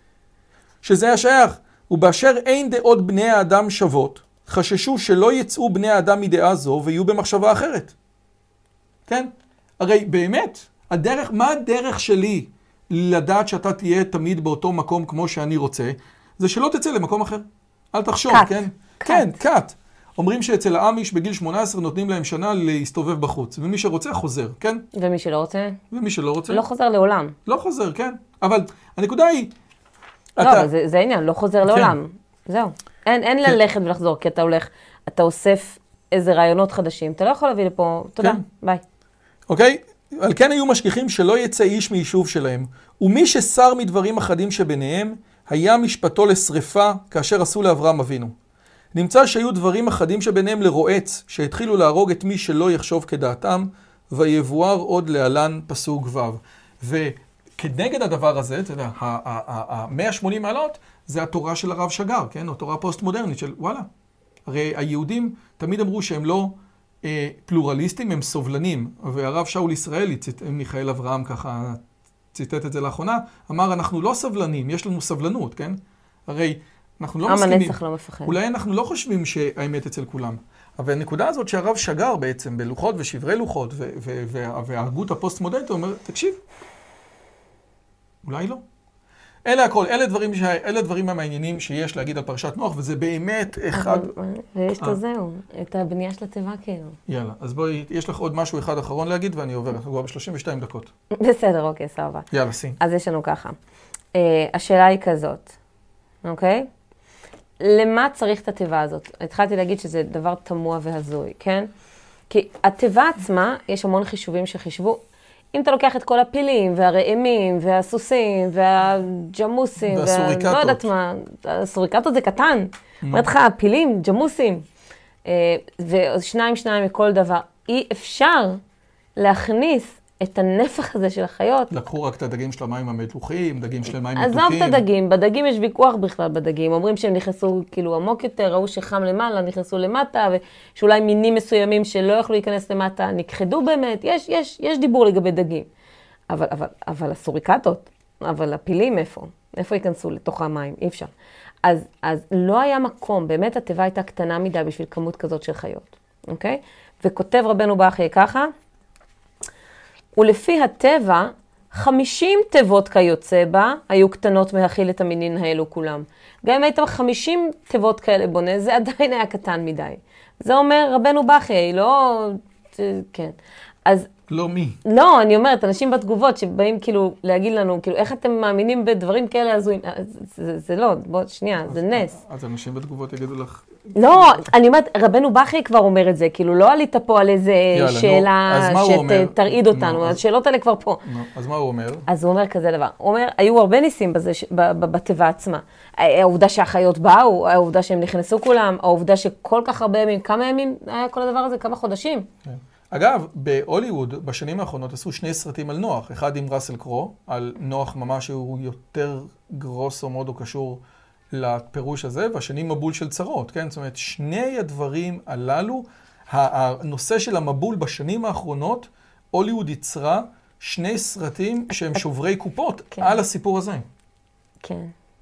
A: שזה היה שייך. ובאשר אין דעות בני האדם שוות, חששו שלא יצאו בני האדם מדעה זו ויהיו במחשבה אחרת. כן? הרי באמת, הדרך, מה הדרך שלי לדעת שאתה תהיה תמיד באותו מקום כמו שאני רוצה? זה שלא תצא למקום אחר. אל תחשוב,
B: קאט.
A: כן?
B: קאט.
A: כן, קאט. אומרים שאצל האמיש בגיל שמונה עשרה נותנים להם שנה להסתובב בחוץ. ומי שרוצה חוזר, כן?
B: ומי שלא רוצה?
A: ומי שלא רוצה?
B: לא חוזר לעולם.
A: לא חוזר, כן. אבל הנקודה היא...
B: לא,
A: אתה...
B: אבל זה, זה העניין, לא חוזר
A: כן.
B: לעולם. זהו. אין, אין
A: כן.
B: ללכת ולחזור, כי אתה הולך, אתה אוסף איזה רעיונות חדשים. אתה לא יכול להביא לפה, תודה,
A: כן.
B: ביי.
A: אוקיי? על כן היו משגיחים שלא יצא איש מיישוב שלהם. ומי ששר מדברים אחדים שביניהם, היה משפטו לשריפה כאשר עשו לאברהם אבינו. נמצא שהיו דברים אחדים שביניהם לרועץ, שהתחילו להרוג את מי שלא יחשוב כדעתם, ויבואר עוד להלן פסוק ו'. וכנגד הדבר הזה, אתה יודע, ה-מאה ושמונים מעלות, זה התורה של הרב שגר, כן? התורה הפוסט-מודרנית של וואלה. הרי היהודים תמיד אמרו שהם לא אה, פלורליסטים, הם סובלנים. והרב שאול ישראלי, מיכאל אברהם ככה ציטט את זה לאחרונה, אמר, אנחנו לא סבלנים, יש לנו סבלנות, כן? הרי אנחנו לא מסכימים.
B: עם הנצח לא מפחד.
A: אולי אנחנו לא חושבים שהאמת אצל כולם. אבל הנקודה הזאת שהרב שגר בעצם בלוחות ושברי לוחות וההגות הפוסט-מודרנית, הוא אומר, תקשיב, אולי לא. אלה הכל, אלה דברים, אלה דברים המעניינים שיש להגיד על פרשת נוח, וזה באמת אחד...
B: ויש את זהו, את הבנייה של התיבה כאילו.
A: יאללה, אז בואי, יש לך עוד משהו אחד אחרון להגיד, ואני עובר, אנחנו כבר ב-שלושים ושתיים דקות.
B: בסדר, אוקיי, סבבה.
A: יאללה, סין.
B: אז יש לנו ככה. השאלה היא כזאת, אוקיי? למה צריך את התיבה הזאת? התחלתי להגיד שזה דבר תמוה והזוי, כן? כי התיבה עצמה, יש המון חישובים שחישבו. אם אתה לוקח את כל הפילים, והרעמים, והסוסים, והג'מוסים,
A: והסוריקטות.
B: לא יודעת מה, הסוריקטות זה קטן. אומרת לך, פילים, ג'מוסים, ושניים שניים מכל דבר. אי אפשר להכניס את הנפח הזה של החיות.
A: לקחו רק את הדגים של המים המתוחים, דגים של מים מתוקים.
B: עזוב את הדגים, בדגים יש ויכוח בכלל בדגים. אומרים שהם נכנסו כאילו עמוק יותר, ראו שחם למעלה, נכנסו למטה, ושאולי מינים מסוימים שלא יכלו להיכנס למטה, נכחדו באמת. יש, יש, יש דיבור לגבי דגים. אבל, אבל, אבל הסוריקטות, אבל הפילים איפה? איפה ייכנסו לתוך המים? אי אפשר. אז, אז לא היה מקום, באמת התיבה הייתה קטנה מדי בשביל כמות כזאת של חיות. אוקיי? וכותב רבנו באחי ככה, ולפי הטבע, חמישים תיבות כיוצא בה היו קטנות מהכיל את המינין האלו כולם. גם אם היית חמישים תיבות כאלה בונה, זה עדיין היה קטן מדי. זה אומר רבנו בכי, לא... כן. אז
A: לא מי.
B: לא, אני אומרת, אנשים בתגובות שבאים כאילו להגיד לנו, כאילו, איך אתם מאמינים בדברים כאלה הזויים? זה, זה לא, בוא, שנייה, זה נס.
A: אז אנשים בתגובות יגידו לך...
B: לא, אני אומרת, רבנו בכי כבר אומר את זה, כאילו, לא עלית פה על איזה שאלה שתרעיד אותנו, השאלות האלה כבר פה.
A: אז מה הוא אומר?
B: אז הוא אומר כזה דבר, הוא אומר, היו הרבה ניסים בתיבה עצמה. העובדה שהחיות באו, העובדה שהם נכנסו כולם, העובדה שכל כך הרבה ימים, כמה ימים היה כל הדבר הזה? כמה חודשים?
A: אגב, בהוליווד בשנים האחרונות עשו שני סרטים על נוח, אחד עם ראסל קרו, על נוח ממש שהוא יותר גרוסו מודו קשור לפירוש הזה, והשני מבול של צרות, כן? זאת אומרת, שני הדברים הללו, הנושא של המבול בשנים האחרונות, הוליווד יצרה שני סרטים שהם שוברי קופות כן. על הסיפור הזה.
B: כן.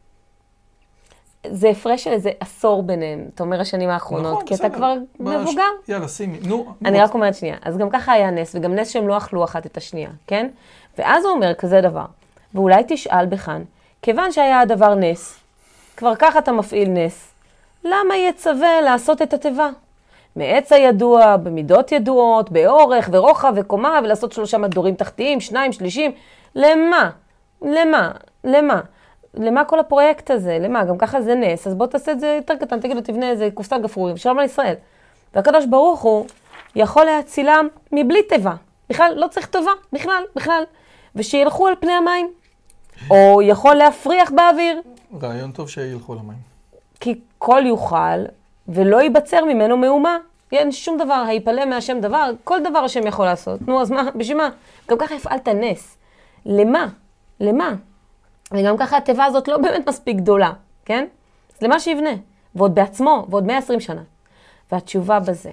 B: זה הפרש של איזה עשור ביניהם, אתה אומר השנים האחרונות,
A: נכון,
B: כי
A: בסדר.
B: אתה כבר מבוגר.
A: יאללה, שימי, נו.
B: אני רק אומרת שנייה, אז גם ככה היה נס, וגם נס שהם לא אכלו אחת את השנייה, כן? ואז הוא אומר כזה דבר, ואולי תשאל בכאן, כיוון שהיה הדבר נס, כבר ככה אתה מפעיל נס, למה יצווה לעשות את התיבה? מעץ הידוע, במידות ידועות, באורך ורוחב וקומה, ולעשות שלושה מדורים תחתיים, שניים, שלישים, למה? למה? למה? למה כל הפרויקט הזה? למה? גם ככה זה נס, אז בוא תעשה את זה יותר קטן, תגיד לו, תבנה איזה קופסת גפרורים, שלום על ישראל. והקדוש ברוך הוא יכול להצילם מבלי טבע. בכלל, לא צריך טובה, בכלל, בכלל. ושילכו על פני המים. או יכול להפריח באוויר.
A: רעיון טוב שילכו למים.
B: כי כל יוכל ולא ייבצר ממנו מאומה. אין שום דבר, היפלא מהשם דבר, כל דבר השם יכול לעשות. נו, אז מה? בשביל מה? גם ככה הפעלת נס. למה? למה? וגם ככה הטבע הזאת לא באמת מספיק גדולה, כן? אז למה שיבנה? ועוד בעצמו, ועוד מאה ועשרים שנה. והתשובה בזה,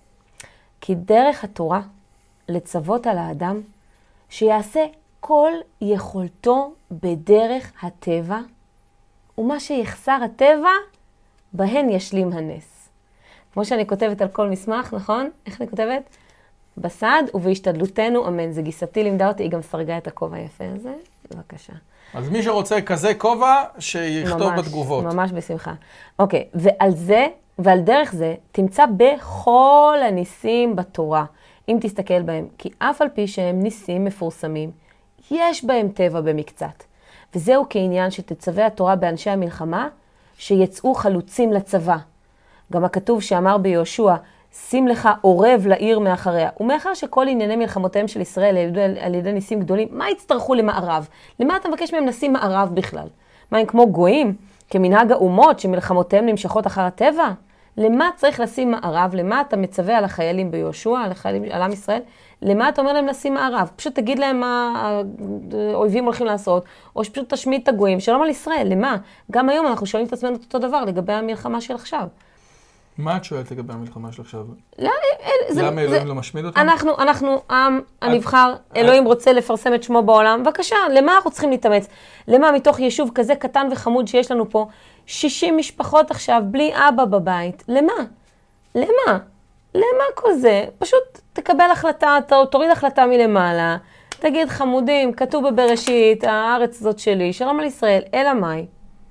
B: כי דרך התורה לצוות על האדם שיעשה כל יכולתו בדרך הטבע, ומה שיחסר הטבע, בהן ישלים הנס. כמו שאני כותבת על כל מסמך, נכון? איך אני כותבת? בסד ובהשתדלותנו, אמן. זה גיסתי לימדה אותי, היא גם סרגה את הכובע היפה הזה. בבקשה.
A: אז מי שרוצה כזה כובע, שיכתוב
B: ממש,
A: בתגובות.
B: ממש בשמחה. אוקיי, ועל זה, ועל דרך זה, תמצא בכל הניסים בתורה, אם תסתכל בהם, כי אף על פי שהם ניסים מפורסמים, יש בהם טבע במקצת. וזהו כעניין שתצווה התורה באנשי המלחמה, שיצאו חלוצים לצבא. גם הכתוב שאמר ביהושע, שים לך עורב לעיר מאחריה. ומאחר שכל ענייני מלחמותיהם של ישראל על ידי ניסים גדולים, מה יצטרכו למערב? למה אתה מבקש מהם לשים מערב בכלל? מה הם כמו גויים? כמנהג האומות שמלחמותיהם נמשכות אחר הטבע? למה צריך לשים מערב? למה אתה מצווה על החיילים ביהושע, על, החיילים, על עם ישראל? למה אתה אומר להם לשים מערב? פשוט תגיד להם מה האויבים הולכים לעשות, או שפשוט תשמיד את הגויים. שלום על ישראל, למה? גם היום אנחנו שואלים את עצמנו אותו דבר לגבי המלחמה של עכשיו.
A: מה את שואלת לגבי המלחמה של עכשיו?
B: לא, זה,
A: למה אלוהים
B: זה,
A: לא משמיד אותם?
B: אנחנו, אנחנו עם הנבחר, אלוהים רוצה לפרסם את שמו בעולם. בבקשה, למה אנחנו צריכים להתאמץ? למה מתוך יישוב כזה קטן וחמוד שיש לנו פה, שישים משפחות עכשיו בלי אבא בבית? למה? למה? למה כל זה? פשוט תקבל החלטה, תוריד החלטה מלמעלה, תגיד חמודים, כתוב בבראשית, הארץ הזאת שלי, שלום על ישראל, אלא מאי?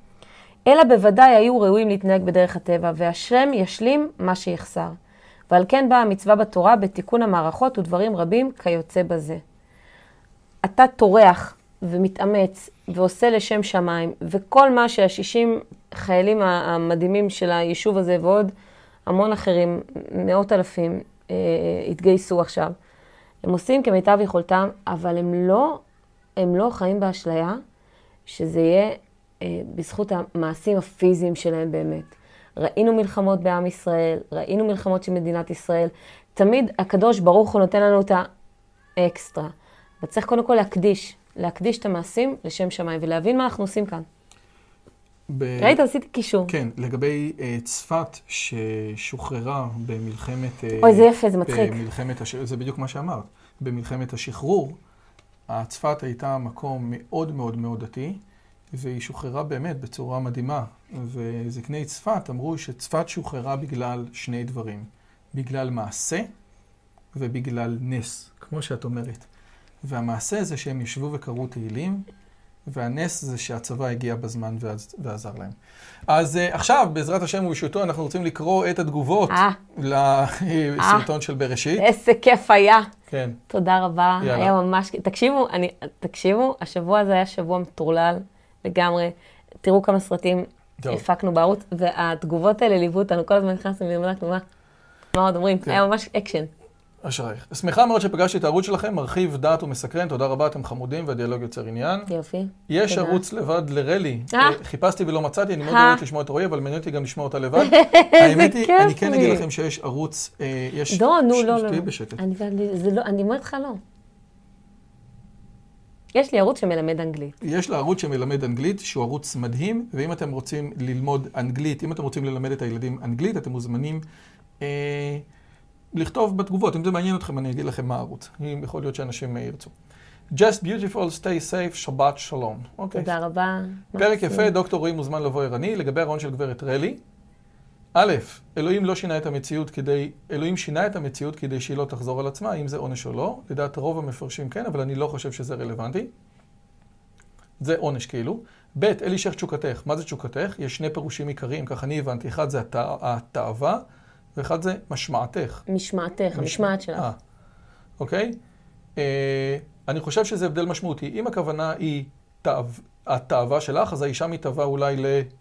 B: אלא בוודאי היו ראויים להתנהג בדרך הטבע, והשם ישלים מה שיחסר. ועל כן באה המצווה בתורה בתיקון המערכות ודברים רבים כיוצא בזה. אתה טורח ומתאמץ ועושה לשם שמיים, וכל מה שהשישים חיילים המדהימים של היישוב הזה ועוד המון אחרים, מאות אלפים, אה, התגייסו עכשיו. הם עושים כמיטב יכולתם, אבל הם לא, הם לא חיים באשליה שזה יהיה בזכות המעשים הפיזיים שלהם באמת. ראינו מלחמות בעם ישראל, ראינו מלחמות של מדינת ישראל. תמיד הקדוש ברוך הוא נותן לנו את האקסטרה. וצריך קודם כל להקדיש, להקדיש את המעשים לשם שמיים, ולהבין מה אנחנו עושים כאן. ב... ראית? עשיתי קישור.
A: כן, לגבי uh, צפת ששוחררה במלחמת... Uh,
B: אוי, זה יפה, זה מצחיק.
A: במלחמת הש... זה בדיוק מה שאמרת. במלחמת השחרור, הצפת הייתה מקום מאוד מאוד מאוד דתי, והיא שוחררה באמת בצורה מדהימה. וזקני צפת אמרו שצפת שוחררה בגלל שני דברים. בגלל מעשה ובגלל נס, כמו שאת אומרת. והמעשה זה שהם ישבו וקראו תהילים, והנס זה שהצבא הגיע בזמן ועזר להם. אז uh, עכשיו, בעזרת השם ובישועתו, אנחנו רוצים לקרוא את התגובות
B: אה.
A: לסרטון של בראשית.
B: איזה כיף היה.
A: כן.
B: תודה רבה,
A: יאללה.
B: היה ממש... תקשיבו, אני... תקשיבו, השבוע הזה היה שבוע מטורלל לגמרי. תראו כמה סרטים
A: טוב.
B: הפקנו בערוץ, והתגובות האלה ליוו אותנו, כל הזמן נכנסנו ובדקנו מה, מה עוד אומרים,
A: כן.
B: היה ממש אקשן.
A: אשרייך. שמחה מאוד שפגשתי את הערוץ שלכם, מרחיב דעת ומסקרן, תודה רבה, אתם חמודים והדיאלוג יוצר עניין.
B: יופי.
A: יש
B: תודה.
A: ערוץ לבד לרלי,
B: אה?
A: חיפשתי ולא מצאתי, אני מאוד
B: אה?
A: אוהבת לשמוע את רועי, אבל מעניין אותי גם לשמוע אותה לבד. האמת היא,
B: כיף
A: אני כן
B: לי.
A: אגיד לכם שיש ערוץ, אה, יש...
B: דון, נו,
A: ש-
B: לא, לא.
A: שתהיי בשקט.
B: אני, זה לא, אני אומרת לך לא. יש לי ערוץ שמלמד אנגלית.
A: יש לה ערוץ שמלמד אנגלית, שהוא ערוץ מדהים, ואם אתם רוצים ללמוד אנגלית, אם אתם רוצים ללמד את הילדים אנגלית, אתם מוזמנים אה, לכתוב בתגובות. אם זה מעניין אתכם, אני אגיד לכם מה הערוץ. יכול להיות שאנשים אה, ירצו. Just beautiful, stay safe, שבת שלום. אוקיי.
B: תודה רבה.
A: פרק יפה, דוקטור רועי מוזמן לבוא ערני, לגבי הרעיון של גברת רלי. א', אלוהים לא שינה את המציאות כדי, אלוהים שינה את המציאות כדי שהיא לא תחזור על עצמה, אם זה עונש או לא. לדעת רוב המפרשים כן, אבל אני לא חושב שזה רלוונטי. זה עונש כאילו. ב', אלי שך תשוקתך. מה זה תשוקתך? יש שני פירושים עיקריים, כך אני הבנתי. אחד זה התא- התאווה, ואחד זה משמעתך.
B: משמעתך, המשמעת שלך.
A: אה, אוקיי? אה, אני חושב שזה הבדל משמעותי. אם הכוונה היא תאו, התאווה שלך, אז האישה מתאווה אולי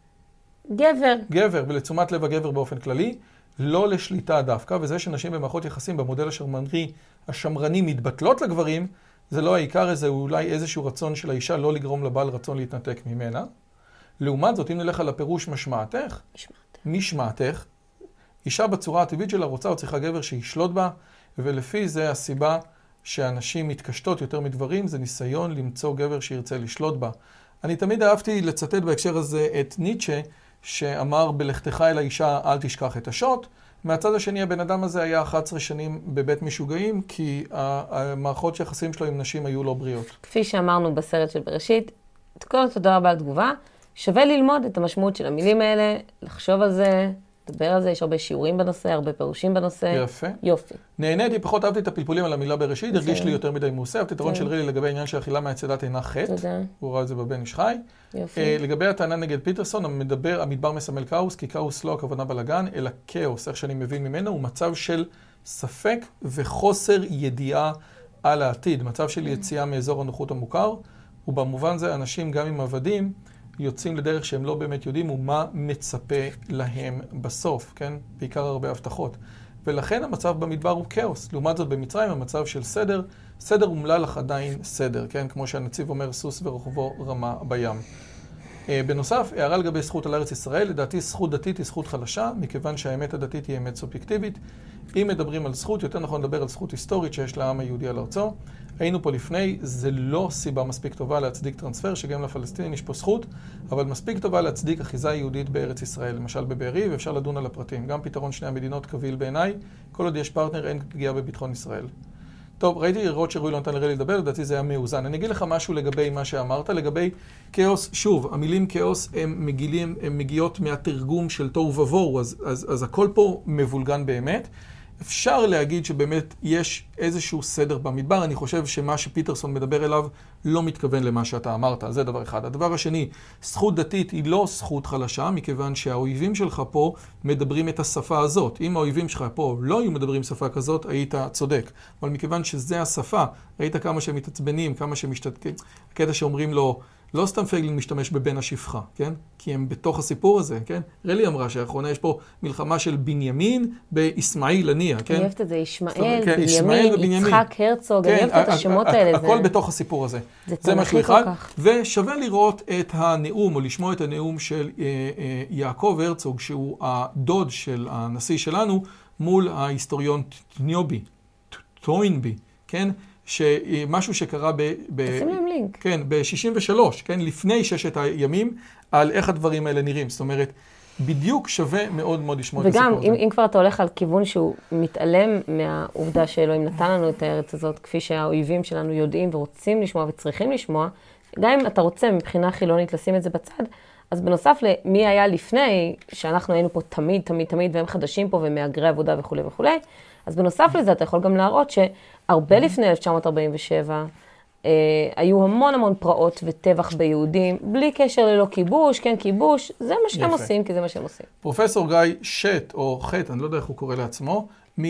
B: גבר.
A: לגבר ולתשומת לב הגבר באופן כללי, לא לשליטה דווקא, וזה שנשים במערכות יחסים במודל השמרני, השמרני מתבטלות לגברים, זה לא העיקר, זה אולי איזשהו רצון של האישה לא לגרום לבעל רצון להתנתק ממנה. לעומת זאת, אם נלך על הפירוש משמעתך,
B: משמעת.
A: משמעתך, אישה בצורה הטבעית שלה רוצה או צריכה גבר שישלוט בה, ולפי זה הסיבה שאנשים מתקשטות יותר מדברים, זה ניסיון למצוא גבר שירצה לשלוט בה. אני תמיד אהבתי לצטט בהקשר הזה את ניטשה, שאמר בלכתך אל האישה אל תשכח את השוט. מהצד השני הבן אדם הזה היה אחת עשרה שנים בבית משוגעים, כי המערכות שיחסים שלו עם נשים היו לא בריאות.
B: כפי שאמרנו בסרט של בראשית, כל תודה רבה על תגובה. שווה ללמוד את המשמעות של המילים האלה, לחשוב על זה, לדבר על זה, יש הרבה שיעורים בנושא, הרבה פירושים בנושא.
A: יפה.
B: יופי.
A: נהניתי, פחות אהבתי את הפלפולים על המילה בראשית, הרגיש לי יותר מדי מעושה. אהבתי את הרעיון של רלי לגבי העניין שהאכילה מהצדת אינה חטא.
B: תודה.
A: הוא ראה את זה בבן איש חי.
B: יופי.
A: אה, לגבי הטענה נגד פיטרסון, המדבר, המדבר מסמל כאוס, כי כאוס לא הכוונה בלגן, אלא כאוס, איך שאני מבין ממנו, הוא מצב של ספק וחוסר ידיעה על העתיד, מצב של יציאה מאזור הנוחות המוכר, ובמובן זה אנשים גם עם עבדים יוצאים לדרך שהם לא באמת יודעים ומה מצפה להם בסוף, כן? בעיקר הרבה הבטחות. ולכן המצב במדבר הוא כאוס. לעומת זאת במצרים המצב של סדר, סדר אומלל אך עדיין סדר, כן? כמו שהנציב אומר, סוס ורוכבו רמה בים. בנוסף, הערה לגבי זכות על ארץ ישראל, לדעתי זכות דתית היא זכות חלשה, מכיוון שהאמת הדתית היא אמת סובייקטיבית. אם מדברים על זכות, יותר נכון לדבר על זכות היסטורית שיש לעם היהודי על ארצו. היינו פה לפני, זה לא סיבה מספיק טובה להצדיק טרנספר, שגם לפלסטינים יש פה זכות, אבל מספיק טובה להצדיק אחיזה יהודית בארץ ישראל, למשל בבארי, ואפשר לדון על הפרטים. גם פתרון שני המדינות קביל בעיניי, כל עוד יש פרטנר אין פגיעה בביטחון ישראל. טוב, ראיתי לראות שרועי לא נתן לרלי לדבר, לדעתי זה היה מאוזן. אני אגיד לך משהו לגבי מה שאמרת, לגבי כאוס. שוב, המילים כאוס הם מגיעים, הם מגיעות מהתרגום של תוהו ובוהו, אז, אז, אז הכל פה מבולגן באמת. אפשר להגיד שבאמת יש איזשהו סדר במדבר, אני חושב שמה שפיטרסון מדבר אליו לא מתכוון למה שאתה אמרת, זה דבר אחד. הדבר השני, זכות דתית היא לא זכות חלשה, מכיוון שהאויבים שלך פה מדברים את השפה הזאת. אם האויבים שלך פה לא היו מדברים שפה כזאת, היית צודק. אבל מכיוון שזה השפה, ראית כמה שהם מתעצבנים, כמה שהם משתתקים, הקטע שאומרים לו, לא סתם פייגלין משתמש בבן השפחה, כן? כי הם בתוך הסיפור הזה, כן? רלי אמרה שהאחרונה יש פה מלחמה של בנימין באסמאעיל הנייה, כן?
B: אני אוהבת את זה, ישמעאל,
A: כן, ישמעאל
B: בנימין, יצחק, הרצוג, אני אוהבת את השמות האלה.
A: הכל בתוך הסיפור הזה. זה משהו אחד. ושווה לראות את הנאום, או לשמוע את הנאום של יעקב הרצוג, שהוא הדוד של הנשיא שלנו, מול ההיסטוריון טניובי, טוינבי, כן? שמשהו שקרה ב...
B: תשים להם לינק.
A: כן, ב-שישים ושלוש, כן? לפני ששת הימים, על איך הדברים האלה נראים. זאת אומרת, בדיוק שווה מאוד מאוד לשמוע את הסיפור הזה.
B: וגם, אם, אם כבר אתה הולך על כיוון שהוא מתעלם מהעובדה שאלוהים נתן לנו את הארץ הזאת, כפי שהאויבים שלנו יודעים ורוצים לשמוע וצריכים לשמוע, גם אם אתה רוצה מבחינה חילונית לשים את זה בצד, אז בנוסף למי היה לפני, שאנחנו היינו פה תמיד, תמיד, תמיד, והם חדשים פה ומאגרי עבודה וכו' וכו', אז בנוסף לזה אתה יכול גם להראות שהרבה לפני אלף תשע מאות ארבעים ושבע, אה, היו המון המון פרעות וטבח ביהודים, בלי קשר ללא כיבוש, כן כיבוש, זה מה שהם
A: יפה.
B: עושים, כי זה מה שהם עושים.
A: פרופסור גיא שט, או חט, אני לא יודע איך הוא קורא לעצמו, מ...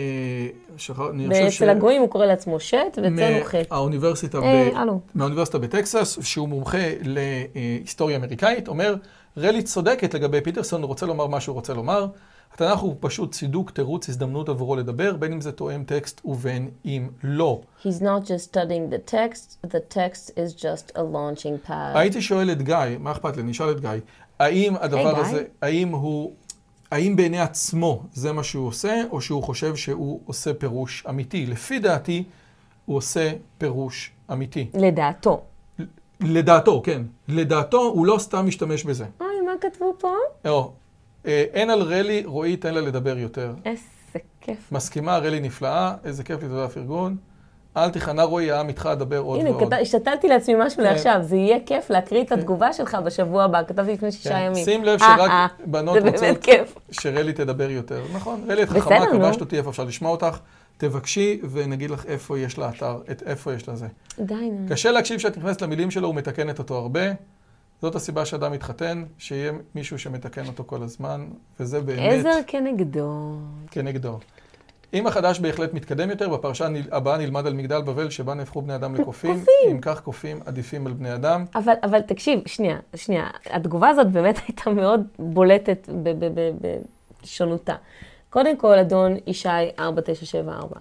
A: שחר,
B: ואצל הגויים הוא קורא לעצמו שט, ואצלנו חט.
A: מהאוניברסיטה,
B: אה,
A: ב...
B: אלו.
A: מהאוניברסיטה בטקסס, שהוא מומחה להיסטוריה אמריקאית, אומר, רלי צודקת לגבי פיטרסון, הוא רוצה לומר מה שהוא רוצה לומר. התנ"ך הוא פשוט צידוק, תירוץ, הזדמנות עבורו לדבר, בין אם זה תואם טקסט ובין אם לא.
B: He's not just studying the text, the text is just a launching pad.
A: הייתי שואל את גיא, מה אכפת לי? נשאל את גיא, האם הדבר הזה, האם הוא, האם בעיני עצמו זה מה שהוא עושה, או שהוא חושב שהוא עושה פירוש אמיתי? לפי דעתי, הוא עושה פירוש אמיתי.
B: לדעתו.
A: לדעתו, כן. לדעתו, הוא לא סתם משתמש בזה.
B: אוי, מה כתבו פה?
A: או, אין על רלי, רואי, תן לה לדבר יותר.
B: איזה כיף.
A: מסכימה, רלי נפלאה, איזה כיף לי, תודה פרגון. אל תיכנע רואי, העם איתך אדבר עוד ועוד.
B: הנה, השתתלתי לעצמי משהו לעכשיו, זה יהיה כיף להקריא את התגובה שלך בשבוע הבא, כתבתי לפני שישה ימים.
A: שים לב שרק בנות רוצות שרלי תדבר יותר. נכון, רלי את חכמה, כבשת אותי, איפה אפשר לשמוע אותך, תבקשי ונגיד לך איפה יש לאתר, איפה יש לזה.
B: די נו.
A: קשה להקשיב שאת נכנסת למילים שלו, הוא מתקנת אותו הרבה. זאת הסיבה שאדם מתחתן, שיהיה מישהו שמתקן אותו כל הזמן, וזה באמת...
B: עזר כנגדו.
A: כנגדו. אם החדש בהחלט מתקדם יותר, בפרשה הבאה נלמד על מגדל בבל, שבה נהפכו בני אדם לקופים.
B: קופים.
A: אם כך קופים עדיפים על בני אדם.
B: אבל, אבל תקשיב, שנייה, שנייה. התגובה הזאת באמת הייתה מאוד בולטת בשונותה. קודם כל, אדון ישי ארבע תשע שבע ארבע.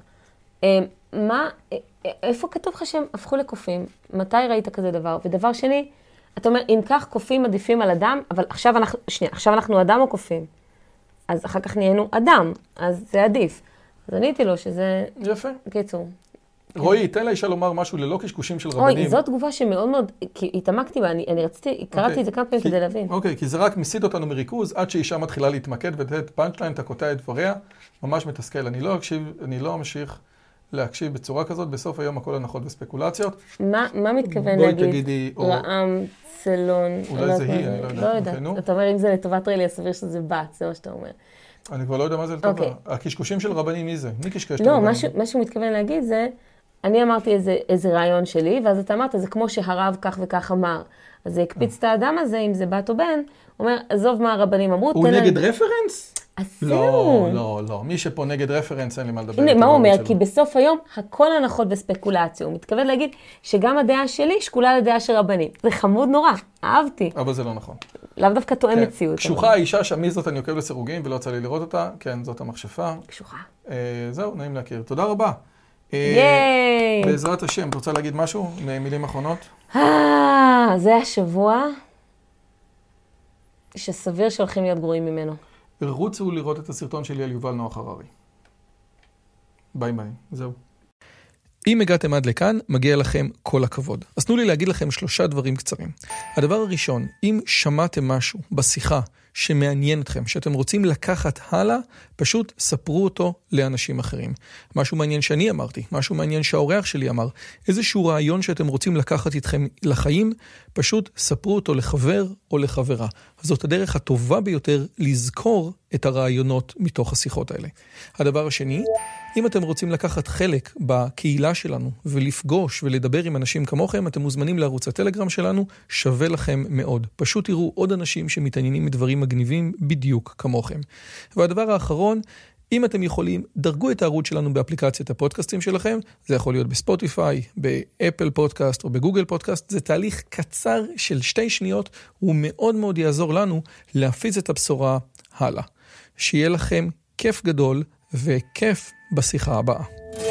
B: מה, איפה כתוב לך שהם הפכו לקופים? מתי ראית כזה דבר? ודבר שני, אתה אומר, אם כך קופים עדיפים על אדם, אבל עכשיו אנחנו, שנייה, עכשיו אנחנו אדם או קופים? אז אחר כך נהיינו אדם, אז זה עדיף. אז עניתי לו שזה...
A: יפה.
B: קיצור.
A: רועי, תן לאישה לומר משהו ללא קשקושים של רבנים.
B: אוי, זאת תגובה שמאוד מאוד, כי התעמקתי בה, אני, אני רציתי, קראתי את זה כמה פעמים כדי להבין.
A: אוקיי, כי זה רק מסיט אותנו מריכוז, עד שאישה מתחילה להתמקד ותת פאנצ'ליין, אתה קוטע את דבריה, ממש מתסכל. אני לא אקשיב, אני לא אמשיך להקשיב בצורה כזאת, בסוף היום הכל הנחות וספקולציות.
B: מה, מה מתכוון להגיד? רעם, צלון.
A: אולי זה היא, אני לא יודע.
B: לא יודעת. אתה אומר, אם זה לטובת רלי, הסביר שזה בת, זה מה שאתה אומר.
A: אני כבר לא יודע מה זה לטובה. הקשקושים של רבנים, מי זה? מי קשקש את
B: לא,
A: הרבנים?
B: מה שהוא מתכוון להגיד זה, אני אמרתי איזה, איזה רעיון שלי, ואז אתה אמרת, זה כמו שהרב כך וכך אמר. אז זה הקפיץ את האדם הזה, אם זה בת או בן, אומר, עזוב מה הרבנים אמרו.
A: הוא נגד רפרנס?
B: אז
A: לא, לא, לא. מי שפה נגד רפרנס, אין לי מה לדבר.
B: הנה, מה הוא אומר? כי בסוף היום, הכל הנחות וספקולציה. הוא מתכוון להגיד שגם הדעה שלי שקולה לדעה של רבנים. זה חמוד נורא, אהבתי.
A: אבל זה לא נכון.
B: לאו דווקא תואם מציאות.
A: קשוחה האישה שם, מי זאת אני עוקב לסירוגים ולא יצא לי לראות אותה. כן, זאת המכשפה.
B: קשוחה.
A: זהו, נעים להכיר. תודה רבה.
B: ייי!
A: בעזרת השם, את רוצה להגיד משהו? מילים אחרונות?
B: אה, זה השבוע שסביר שהולכים להיות גרועים ממנו.
A: רוצו לראות את הסרטון שלי על יובל נוח הררי. ביי ביי, זהו. אם הגעתם עד לכאן, מגיע לכם כל הכבוד. אז תנו לי להגיד לכם שלושה דברים קצרים. הדבר הראשון, אם שמעתם משהו בשיחה שמעניין אתכם, שאתם רוצים לקחת הלאה, פשוט ספרו אותו לאנשים אחרים. משהו מעניין שאני אמרתי, משהו מעניין שהאורח שלי אמר, איזשהו רעיון שאתם רוצים לקחת איתכם לחיים, פשוט ספרו אותו לחבר או לחברה. זאת הדרך הטובה ביותר לזכור את הרעיונות מתוך השיחות האלה. הדבר השני, אם אתם רוצים לקחת חלק בקהילה שלנו ולפגוש ולדבר עם אנשים כמוכם, אתם מוזמנים לערוץ הטלגרם שלנו, שווה לכם מאוד. פשוט תראו עוד אנשים שמתעניינים מדברים מגניבים בדיוק כמוכם. והדבר האחרון, אם אתם יכולים, דרגו את הערוץ שלנו באפליקציית הפודקאסטים שלכם, זה יכול להיות בספוטיפיי, באפל פודקאסט או בגוגל פודקאסט, זה תהליך קצר של שתי שניות, הוא מאוד מאוד יעזור לנו להפיץ את הבשורה הלאה. שיהיה לכם כיף גדול וכיף בשיחה הבאה.